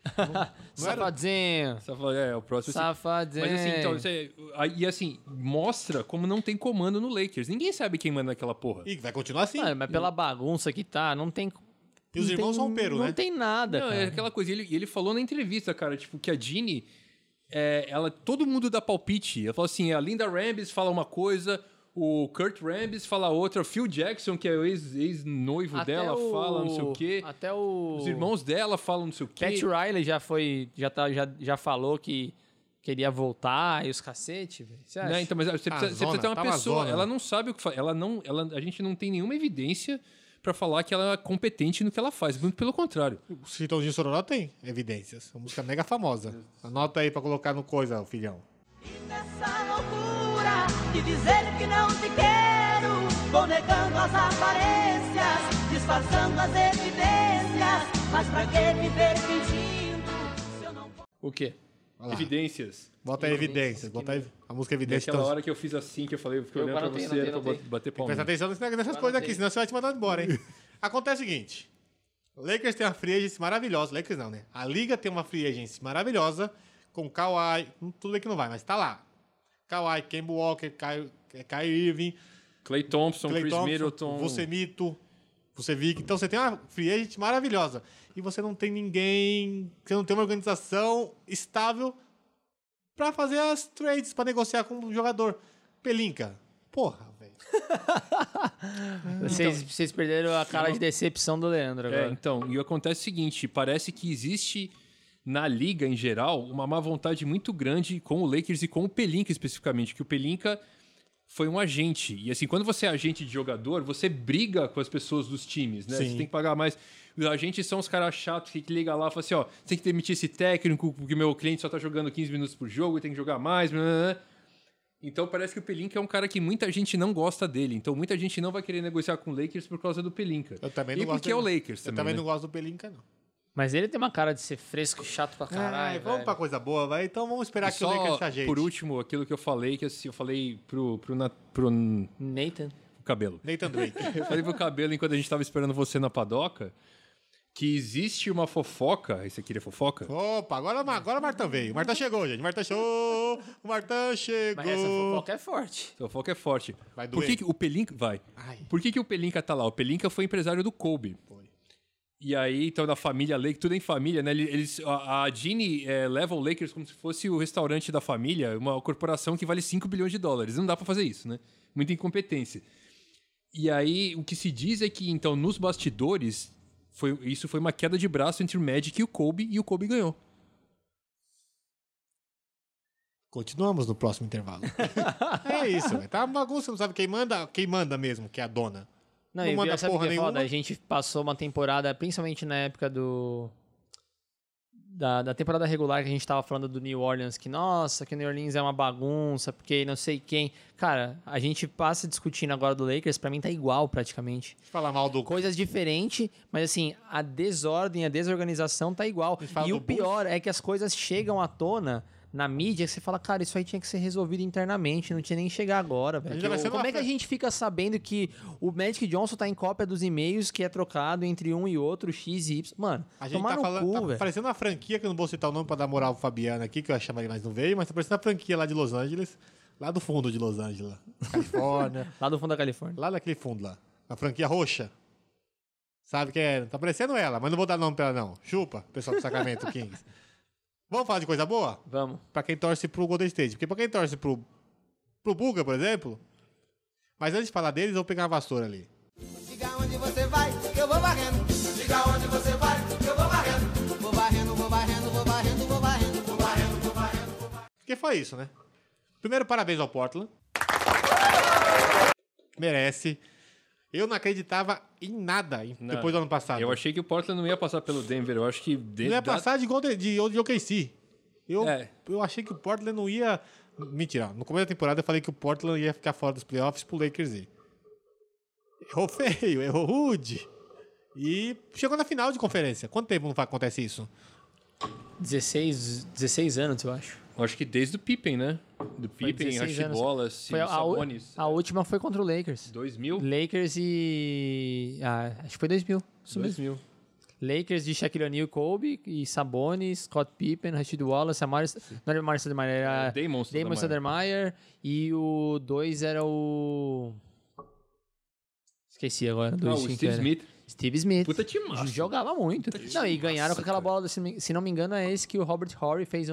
Safadinho. É o próximo. Safadinho. Mas assim, mostra como não tem comando no Lakers. Ninguém sabe quem manda naquela porra. E vai continuar assim. Mas pela bagunça que tá, não tem... E os irmãos são peru, né? Não tem nada, não, cara. É aquela coisa. Ele falou na entrevista, cara, tipo, que a Ginny... todo mundo dá palpite. Ela falou assim, a Linda Rambis fala uma coisa... O Kurt Rambis fala outra, o Phil Jackson, que é o ex-noivo dela, fala não sei o quê. Até os irmãos dela falam não sei o quê. Pat Riley já falou que queria voltar e os cacete, velho. Você acha? Não, então, mas você precisa ter uma pessoa, ela não sabe o que faz, a gente não tem nenhuma evidência pra falar que ela é competente no que ela faz, muito pelo contrário. O Chitãozinho Chororó tem evidências, uma música mega famosa. Anota aí pra colocar no coisa, filhão. E nessa loucura de dizer que não te quero, vou negando as aparências, disfarçando as evidências, mas pra que viver fingindo se eu não posso... O quê? Evidências. Bota aí evidências, bota aí a música Evidências. Naquela hora que eu fiz assim, que eu falei, eu fiquei olhando pra você, era pra bater palma. Presta atenção nessas coisas aqui, senão você vai te mandar embora, hein? Acontece o seguinte, o Lakers tem uma free agency maravilhosa, Lakers não, né? A Liga tem uma free agency maravilhosa, com Kawhi, tudo bem que não vai, mas tá lá. Kawhi, Kemba Walker, Kyrie Irving, Klay Thompson, Chris Middleton, Vucevic. Então você tem uma free agent maravilhosa. E você não tem ninguém, você não tem uma organização estável pra fazer as trades, pra negociar com o jogador. Pelinka. Porra, velho. Vocês perderam a cara de decepção do Leandro agora. Então, e acontece o seguinte, parece que existe... na liga, em geral, uma má vontade muito grande com o Lakers e com o Pelinka especificamente, que o Pelinka foi um agente. E assim, quando você é agente de jogador, você briga com as pessoas dos times, né? Sim. Você tem que pagar mais. Os agentes são os caras chatos que ligam lá e falam assim, ó, você tem que demitir esse técnico porque meu cliente só tá jogando 15 minutos por jogo e tem que jogar mais. Blá, blá, blá. Então parece que o Pelinka é um cara que muita gente não gosta dele. Então muita gente não vai querer negociar com o Lakers por causa do Pelinka. Eu também não e gosto porque é o dele. Lakers Eu também, também né? não gosto do Pelinka, não. Mas ele tem uma cara de ser fresco e chato pra caralho. Vamos pra coisa boa, vai. Então vamos esperar que o Só, Lakers se ajeite. por último, aquilo que eu falei, que assim, eu falei pro Nathan. cabelo. Nathan Drake. Eu falei pro cabelo enquanto a gente tava esperando você na padoca, que existe uma fofoca. Esse aqui é fofoca? Opa, agora o Martão veio. O Martão chegou, gente. O Martão chegou. O Martão chegou. Mas essa fofoca é forte. A fofoca é forte. Vai Por doer. que o Pelinka... Vai. Ai. Por que o Pelinka tá lá? O Pelinka foi empresário do Kobe. Foi. E aí, então, da família Lakers, tudo em família, né? A Ginny leva o Lakers como se fosse o restaurante da família, uma corporação que vale 5 bilhões de dólares. Não dá pra fazer isso, né? Muita incompetência. E aí, o que se diz é que, então, nos bastidores, isso foi uma queda de braço entre o Magic e o Kobe ganhou. Continuamos no próximo intervalo. É isso, velho. Tá uma bagunça, não sabe quem manda mesmo, que é a dona. Não, Não e manda sabe o porra que é foda? nenhuma. A gente passou uma temporada, principalmente na época da temporada regular que a gente tava falando do New Orleans, que nossa, que o New Orleans é uma bagunça, porque não sei quem. Cara, a gente passa discutindo agora do Lakers, pra mim tá igual praticamente. Falar mal do... Coisas diferentes, mas assim, a desordem, a desorganização tá igual. fala E do o pior é que as coisas chegam à tona na mídia, que você fala, cara, isso aí tinha que ser resolvido internamente, não tinha nem que chegar agora, velho. Ainda vai ser Como uma é que a gente fica sabendo que o Magic Johnson tá em cópia dos e-mails que é trocado entre um e outro, X e Y? Mano, A gente tomar tá no falando, cu, tá velho. parecendo uma franquia, que eu não vou citar o nome pra dar moral pro Fabiano aqui, que eu ia chamar ele, mas não veio, mas tá parecendo uma franquia lá de Los Angeles, lá do fundo de Los Angeles, Califórnia, Lá do fundo da Califórnia. lá naquele fundo lá, a franquia roxa. Sabe que é? Tá parecendo ela, mas não vou dar nome pra ela não. Chupa, pessoal do Sacramento Kings. Vamos falar de coisa boa? Vamos. Pra quem torce pro Golden State. Porque pra quem torce pro Buga, por exemplo... Mas antes de falar deles, eu vou pegar uma vassoura ali. Diga onde você vai, que eu vou varrendo. Diga onde você vai, que eu vou varrendo. Vou varrendo, vou varrendo, vou varrendo, vou varrendo, vou varrendo, vou varrendo, vou varrendo. Porque foi isso, né? Primeiro, parabéns ao Portland. Merece. Eu não acreditava em nada depois do ano passado. Eu achei que o Portland não ia passar pelo Denver. Eu acho que... Não ia passar de OKC. É. Eu achei que o Portland não ia... Mentira, no começo da temporada eu falei que o Portland ia ficar fora dos playoffs pro Lakers ir. Errou feio, errou rude. E chegou na final de conferência. Quanto tempo não acontece isso? 16 anos, eu acho. Eu acho que desde o Pippen, né? Do Pippen, 16 Rasheed anos. Wallace, Foi Sabonis. a última foi contra o Lakers. 2000? Lakers e... acho que foi 2000. Isso mesmo. 2000. Lakers de Shaquille O'Neal, Kobe e Sabonis, Scott Pippen, Rasheed Wallace, não era Amari Stoudemire, era Damon Stoudemire e o 2 era o... Esqueci agora. Ah, o Steve Smith. Steve Smith. Puta timaço. Jogava muito. Não, e ganharam com aquela bola, se não me engano, é esse que o Robert Horry fez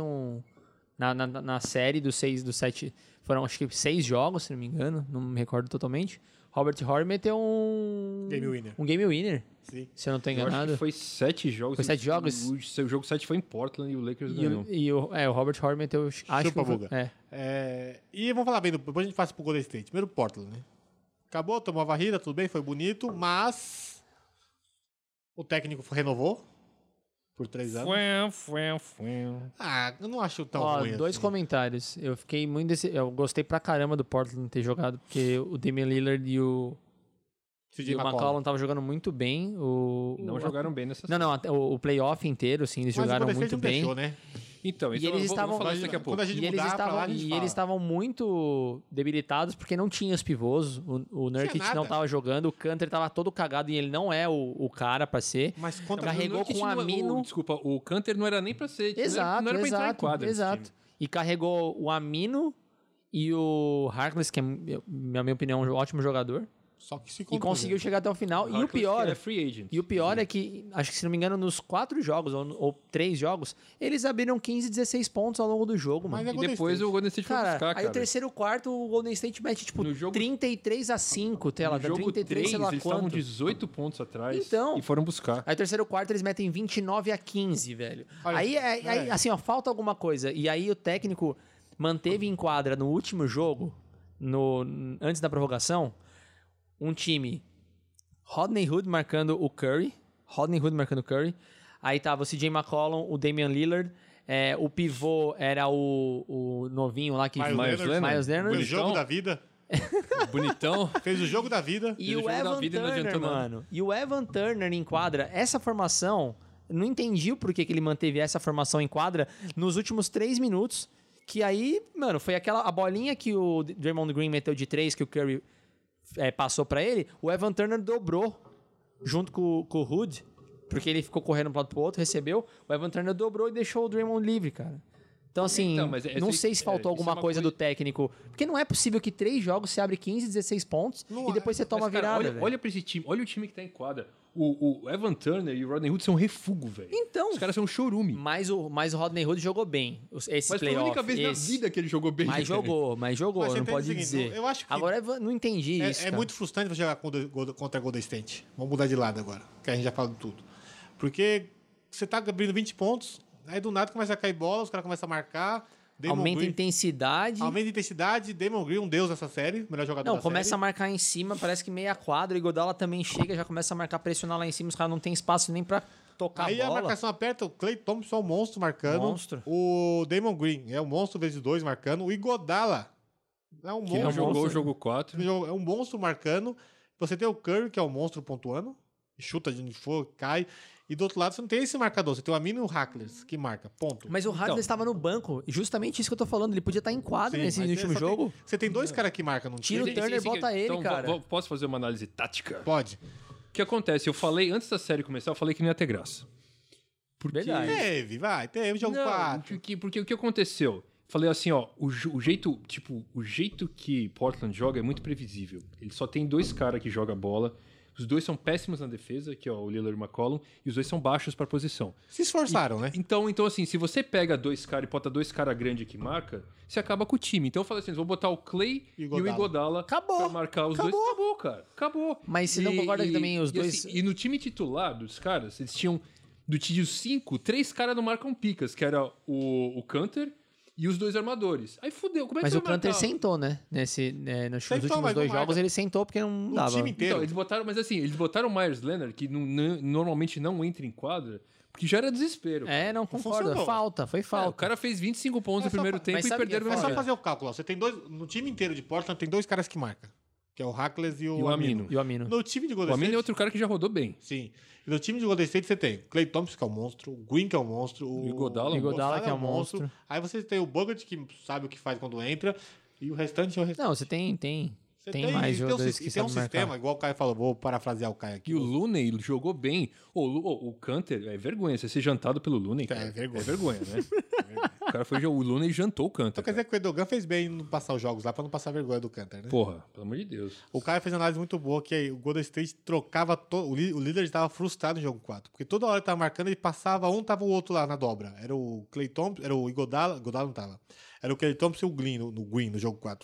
na série dos 7. Foram acho que 6 jogos, se não me engano, não me recordo totalmente. Robert Horry meteu um game winner. Sim. Se eu não tô Eu acho enganado. que foi 7 jogos. Foi 7 jogos? O seu jogo 7 foi em Portland e o Lakers ganhou. O Robert Horry meteu... Acho Chupa, que foi, Buga. E vamos falar bem, depois a gente passa pro Golden State. Primeiro Portland, né? Acabou, tomou a varrida, tudo bem, foi bonito, mas o técnico renovou por 3 anos. Eu não acho tão ruim 2 assim. comentários. Eu fiquei muito... Eu gostei pra caramba do Portland ter jogado, porque o Damian Lillard e o McCollum estavam jogando muito bem. Não jogaram bem nessa Não, o playoff inteiro, assim, eles jogaram mas o muito bem. deixou, né? Então, E eles estavam... vou falar isso daqui a pouco. Quando a gente E eles mudar pra lá, a gente fala. estavam muito debilitados porque não tinha os pivôs. O Nurkic nada. não tava jogando, o Kanter tava todo cagado e ele não é o cara pra ser. Mas contra Carregou com o Amino. Desculpa, o Kanter não era nem pra ser... Exato, não era pra entrar em quadra nesse time. E carregou o Amino e o Harkless, que é, na minha opinião, um ótimo jogador. Só que se E conseguiu chegar até o final. E o pior... É free agent. E o pior é que, acho que se não me engano, nos 4 jogos, ou 3 jogos, eles abriram 15, 16 pontos ao longo do jogo, mano. Mas E depois o Golden State foi buscar, cara. Aí o terceiro quarto, o Golden State mete, tipo, No jogo- 33-5, tela, No jogo 33, 3, sei lá eles estavam quanto. 18 pontos atrás Então. e foram buscar. Aí o terceiro quarto eles metem 29-15, velho. Olha, Aí, assim, ó, falta alguma coisa. E aí o técnico manteve em quadra no último jogo, antes da prorrogação, um time... Rodney Hood marcando o Curry. Aí tava o CJ McCollum, o Damian Lillard, O pivô era o novinho lá que... Miles Leonard. O jogo da vida. Bonitão. Fez o jogo da vida. E o Evan Turner, mano. E o Evan Turner em quadra. Essa formação, não entendi o porquê que ele manteve essa formação em quadra nos últimos 3 minutos. Que aí, mano, foi a bolinha que o Draymond Green meteu de 3, que o Curry passou pra ele. O Evan Turner dobrou junto com o Hood, porque ele ficou correndo um lado pro outro, recebeu. O Evan Turner dobrou e deixou o Draymond livre, cara. Então, assim, não sei se faltou alguma coisa do técnico. Porque não é possível que 3 jogos você abre 15, 16 pontos e depois você toma virada. Olha pra esse time, olha o time que tá em quadra. O Evan Turner e o Rodney Hood são refúgio, velho. Então. Os caras são um chorume. Mas o Rodney Hood jogou bem. Mas foi a única vez na vida que ele jogou bem. Mas jogou, não pode dizer. Eu acho que agora não entendi isso. É muito frustrante você jogar contra a Golden State. Vamos mudar de lado agora, que a gente já falou de tudo. Porque você tá abrindo 20 pontos, aí do nada começa a cair bola, os caras começam a marcar. Aumenta a intensidade. Damon Green, um deus dessa série, melhor jogador da série. Não, começa a marcar em cima, parece que meia quadra. O Iguodala também chega, já começa a marcar, pressionar lá em cima. Os caras não tem espaço nem pra tocar a bola. Aí a marcação aperta, o Klay Thompson é um monstro marcando. O Damon Green é um monstro vezes 2 marcando. O Iguodala é um monstro. Que jogou o jogo 4. É um monstro marcando. Você tem o Curry, que é um monstro pontuando. Chuta de onde for, cai. E do outro lado você não tem esse marcador. Você tem o Amino e o Hacklers, que marca. Ponto. Mas o Hacklers estava no banco. Justamente isso que eu tô falando. Ele podia estar em quadra nesse último jogo. Você tem 2 caras que marcam no time. Tira o Turner e bota ele, então, cara. Posso fazer uma análise tática? Pode. O que acontece? Eu falei, antes da série começar, eu falei que não ia ter graça. Verdade. Teve jogo 4. Porque o que aconteceu? Falei assim, ó, o jeito que Portland joga é muito previsível. Ele só tem 2 caras que jogam bola. Os 2 são péssimos na defesa, que é o Lillard e o McCollum, e os 2 são baixos pra posição. Se esforçaram, né? Então, assim, se você pega 2 caras e bota 2 caras grandes que marca, você acaba com o time. Então eu falei assim, vou botar o Klay e o Iguodala pra marcar os 2. Acabou, cara. Acabou. Mas você não concorda que também os 2... Assim, e no time titular dos caras, eles tinham, do time 5, 3 caras não marcam picas, que era o Canter e os 2 armadores. Aí fudeu, como é que Mas você o Canter sentou, né? Nos últimos 2 jogos ele sentou porque não dava. O time inteiro. Então, eles botaram o Myers Leonard, que normalmente não entra em quadra, porque já era desespero. Cara. Não concordo. Foi falta. O cara fez 25 pontos no primeiro tempo e perderam o mesmo É só jeito. fazer o cálculo. Você tem 2... No time inteiro de Portland tem 2 caras que marcam. Que é o Hacklers e o Amino. E o Amino. No time de Golden O Amino State... é outro cara que já rodou bem. Sim. E no time de Golden State você tem Klay Thompson, que é um monstro, o Green, que é um monstro, o Iguodala, que é um monstro. Aí você tem o Bogut, que sabe o que faz quando entra, e o restante é o restante. Não, você tem mais jogadores que tem um sabem sistema, marcar. igual o Caio falou, vou parafrasear o Caio aqui. E o Looney jogou bem. O Canter, é vergonha você ser jantado pelo Looney, cara. É vergonha. É vergonha, né? O cara foi... O Looney jantou o Canter. Então quer dizer que o Edogan fez bem em não passar os jogos lá pra não passar vergonha do Canter, né? Porra, pelo amor de Deus. O Caio fez uma análise muito boa, que aí o Golden State trocava... O líder estava frustrado no jogo 4. Porque toda hora ele tava marcando, ele passava tava o outro lá na dobra. Era o Klay Thompson, era o Iguodala não tava. Era o Klay Thompson e o Green no jogo 4.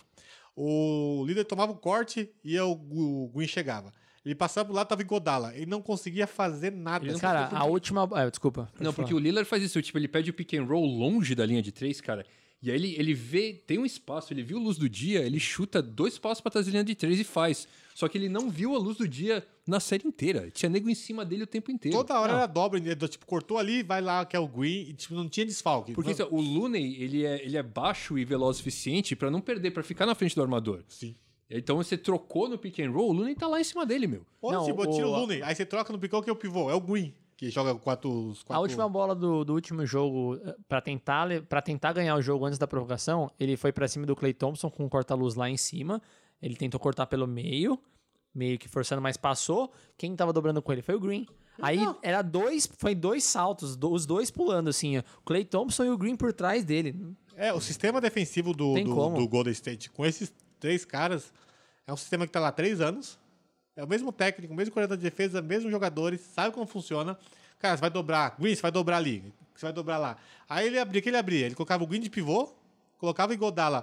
O líder tomava o corte e o Green chegava. Ele passava pro lado, tava Iguodala. Ele não conseguia fazer nada. Cara, a última... desculpa. Não, porque o Lillard faz isso. Tipo, ele pede o pick and roll longe da linha de 3, cara. E aí ele vê... Tem um espaço, ele viu a luz do dia, ele chuta 2 passos pra trás da linha de 3 e faz. Só que ele não viu a luz do dia na série inteira. Tinha nego em cima dele o tempo inteiro. Toda hora era dobra. Tipo, cortou ali, vai lá, que é o Green. E tipo, não tinha desfalque. Porque o Looney, ele é baixo e veloz o suficiente pra não perder, pra ficar na frente do armador. Sim. Então você trocou no pick and roll, o Looney tá lá em cima dele, meu. Ou tipo, tira o Looney, aí você troca no pick and roll, que é o pivô. É o Green, que joga 4... A última bola do último jogo, pra tentar ganhar o jogo antes da prorrogação, ele foi pra cima do Klay Thompson com um corta-luz lá em cima. Ele tentou cortar pelo meio que forçando, mas passou. Quem tava dobrando com ele foi o Green. Aí foi 2 saltos, os 2 pulando assim, ó. O Klay Thompson e o Green por trás dele. O sistema defensivo do Golden State com esses 3 caras é um sistema que tá lá há 3 anos. É o mesmo técnico, o mesmo coordenador de defesa, mesmos jogadores, sabe como funciona. Cara, você vai dobrar. Green, você vai dobrar ali. Você vai dobrar lá. Aí ele abria. Ele colocava o Green de pivô, colocava o Iguodala.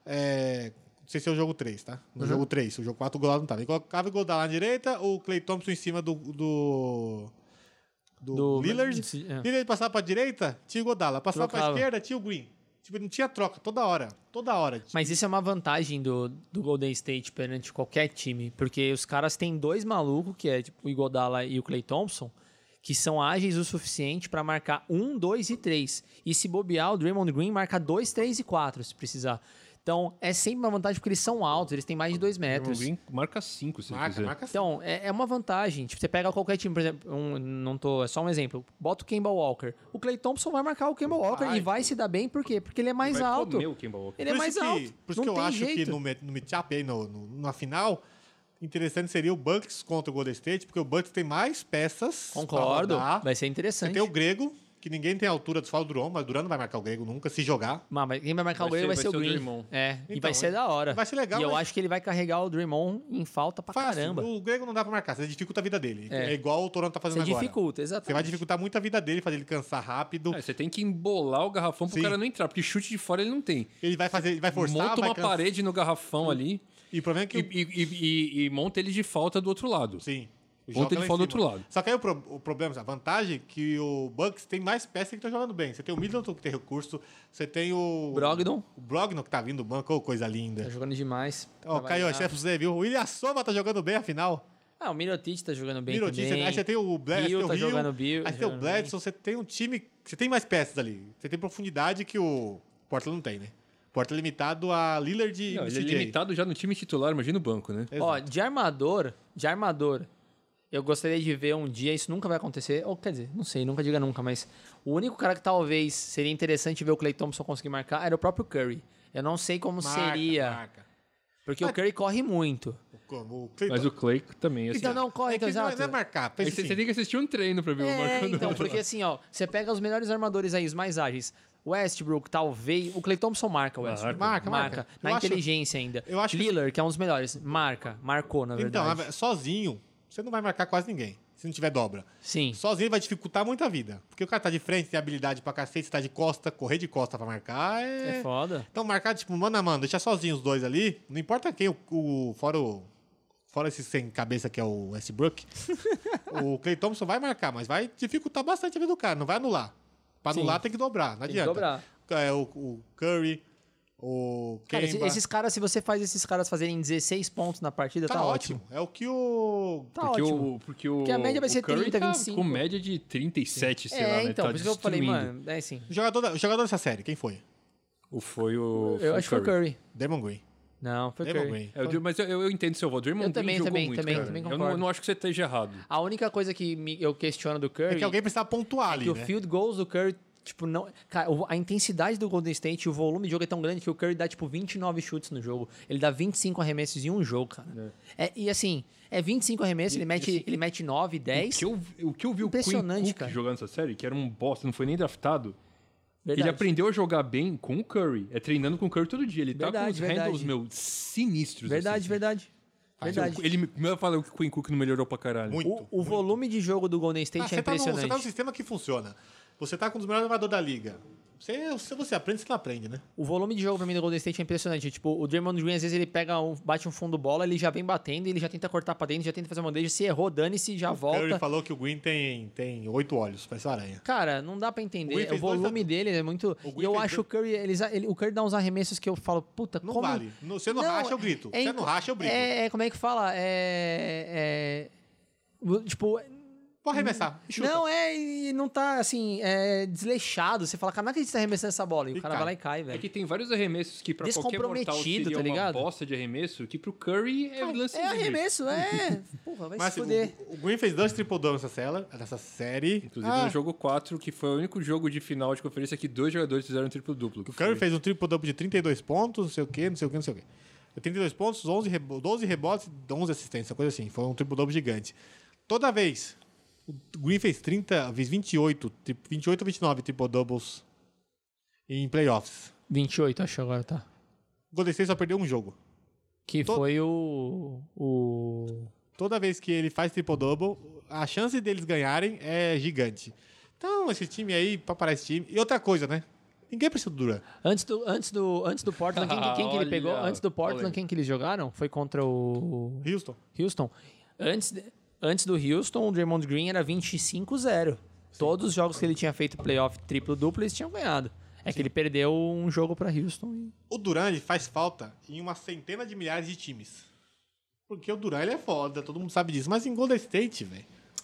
Não sei se é o jogo 3, tá? No jogo 3. O jogo 4 o Iguodala não tava. Ele colocava o Iguodala na direita, o Klay Thompson em cima do Lillard. Lillard passava pra direita, tinha o Iguodala. Passava pra esquerda, tinha o Green. Tipo, não tinha troca, toda hora. Mas isso é uma vantagem do Golden State perante qualquer time, porque os caras têm 2 malucos, que é tipo, o Iguodala e o Klay Thompson, que são ágeis o suficiente para marcar 1, 2 e 3. E se bobear, o Draymond Green marca 2, 3 e 4, se precisar. Então, é sempre uma vantagem porque eles são altos, eles têm mais de 2 metros. O Green marca 5, se quiser. Marca Então, é uma vantagem. Tipo, você pega qualquer time, por exemplo, é só um exemplo. Bota o Kemba Walker. O Klay Thompson vai marcar o Kemba Walker e vai se dar bem, por quê? Porque ele é mais vai alto. comer o Kemba Walker. Ele é mais alto. Por isso que eu acho que no matchup aí, na final, interessante seria o Bucks contra o Golden State, porque o Bucks tem mais peças. Concordo. Vai ser interessante. Você tem o Grego, que ninguém tem a altura do Duran, mas o Duran não vai marcar o Grego nunca, se jogar. Mas quem vai marcar o Grego vai ser o Green. Draymond. E vai ser da hora. Vai ser legal. E eu acho que ele vai carregar o Draymond em falta pra caramba. O Grego não dá pra marcar, você dificulta a vida dele. É igual o Toronto tá fazendo agora. Você dificulta, exatamente. Você vai dificultar muito a vida dele, fazer ele cansar rápido. Você tem que embolar o garrafão pro cara não entrar, porque chute de fora ele não tem. Ele vai forçar, monta uma parede no garrafão ali e o problema é que e monta ele de falta do outro lado. Sim. Ponta ele falta do outro lado. Só que aí o problema, a vantagem é que o Bucks tem mais peças que estão jogando bem. Você tem o Middleton que tem recurso, você tem o Brogdon que tá vindo do banco, coisa linda. Tá jogando demais. Ó, Caio, chefe, você viu? O Ilyasova tá jogando bem a final. O Mirotic tá jogando bem também. Aí você tem o Bledsoe, tá jogando Bill. Aí você tem o Bledsoe, você tem um time... Você tem mais peças ali. Você tem profundidade que o Portland não tem, né? Portland é limitado a Lillard e ele CJ. é limitado já no time titular, imagina o banco, né? Exato. Ó, de armador, eu gostaria de ver um dia, isso nunca vai acontecer, ou quer dizer, não sei, nunca diga nunca, mas o único cara que talvez seria interessante ver o Klay Thompson conseguir marcar era o próprio Curry. Eu não sei como seria. Porque o Curry corre muito. Mas o Klay também, assim. Então não corre, então, exato. Não é marcar. Você tem que assistir um treino pra ver o marcando. Então, porque assim, ó, você pega os melhores armadores aí, os mais ágeis. Westbrook, talvez. O Klay Thompson marca o Westbrook. Marca. Na inteligência ainda. Lillard, que é um dos melhores. Marcou, na verdade. Então, sozinho, você não vai marcar quase ninguém. Se não tiver dobra. Sim. Sozinho vai dificultar muito a vida. Porque o cara tá de frente, tem habilidade pra cacete, você tá de costa, correr de costa pra marcar é foda. Então marcar, tipo, mano a mano, deixar sozinho os dois ali, não importa quem, fora esse sem cabeça que é o Westbrook, o Klay Thompson vai marcar, mas vai dificultar bastante a vida do cara, não vai anular. Pra anular tem que dobrar, não adianta. Tem que É, dobrar. o Curry, o Cara, Kemba. esses caras, se você faz esses caras fazerem 16 pontos na partida, tá ótimo. É o que o... Tá ótimo. Porque a média vai ser Curry 30, tá 25. com média de 37, sei lá, né? Então, Tá por isso que eu falei, destruindo. mano, é assim. O jogador dessa série, quem foi? Eu acho que foi o Curry. Draymond Green. Não, foi o Draymond Curry. Green. Mas eu entendo seu voto. O Draymond Green jogou muito, cara. Também Eu concordo. não acho que você esteja errado. A única coisa que eu questiono do Curry É que alguém precisava pontuar ali, que né? o field goals do Curry, tipo, não... Cara, a intensidade do Golden State e o volume de jogo é tão grande que o Curry dá, tipo, 29 chutes no jogo. Ele dá 25 arremessos em um jogo, cara. E assim, 25 arremessos, ele mete 9, 10. O que eu vi o Quinn Cook cara. jogando essa série, que era um bosta, não foi nem draftado. Verdade. Ele aprendeu a jogar bem com o Curry. É treinando com o Curry todo dia. Ele tá com os handles, sinistros. Verdade. Ele me fala que o Quinn Cook não melhorou pra caralho. O volume de jogo do Golden State é impressionante. Você tá num sistema que funciona. Você tá com um dos melhores jogadores da liga. Se você aprende, você não aprende, né? O volume de jogo pra mim do Golden State é impressionante. Tipo, o Draymond Green, às vezes, ele bate um fundo bola, ele já vem batendo, ele já tenta cortar pra dentro, já tenta fazer uma bandeja. Se errou, dane-se, já volta. Ele falou que o Green tem 8 olhos, parece uma aranha. Cara, não dá pra entender. O volume dele é muito... E eu acho que o Curry dá uns arremessos que eu falo, puta, não como... vale. Você não racha, eu grito. Você não racha, eu brigo. Como é que fala? Tipo... Pode arremessar. Chuta. Não, e não tá, assim, desleixado. Você fala, cara, não acredito que você tá arremessando essa bola. E o cara vai lá e cai, velho. É que tem vários arremessos que pra qualquer mortal seria tá ligado? uma bosta de arremesso, que pro Curry é lance livre. Arremesso, Porra, vai Mas se fuder. O Green fez 2 triple-doubles nessa série. Inclusive no jogo 4, que foi o único jogo de final de conferência que 2 jogadores fizeram triplo-duplo. O Curry fez um triple-double de 32 pontos, não sei o quê. 32 pontos, 12 rebotes, 11 assistências, coisa assim. Foi um triple-double gigante. Toda vez... O Green fez 28 ou 29 triple-doubles em playoffs. 28, acho agora, tá. O Golden State só perdeu um jogo. Que foi o... Toda vez que ele faz triple-double, a chance deles ganharem é gigante. Então, esse time aí, pra parar esse time... E outra coisa, né? Ninguém precisa do Durant. Antes do Portland, quem que ele pegou? Antes do Portland, quem que eles jogaram? Foi contra o... Houston. Antes do Houston, o Draymond Green era 25-0. Todos os jogos que ele tinha feito playoff triplo-duplo, eles tinham ganhado. Que ele perdeu um jogo pra Houston. O Durant ele faz falta em uma centena de milhares de times. Porque o Durant ele é foda, todo mundo sabe disso. Mas em Golden State, velho...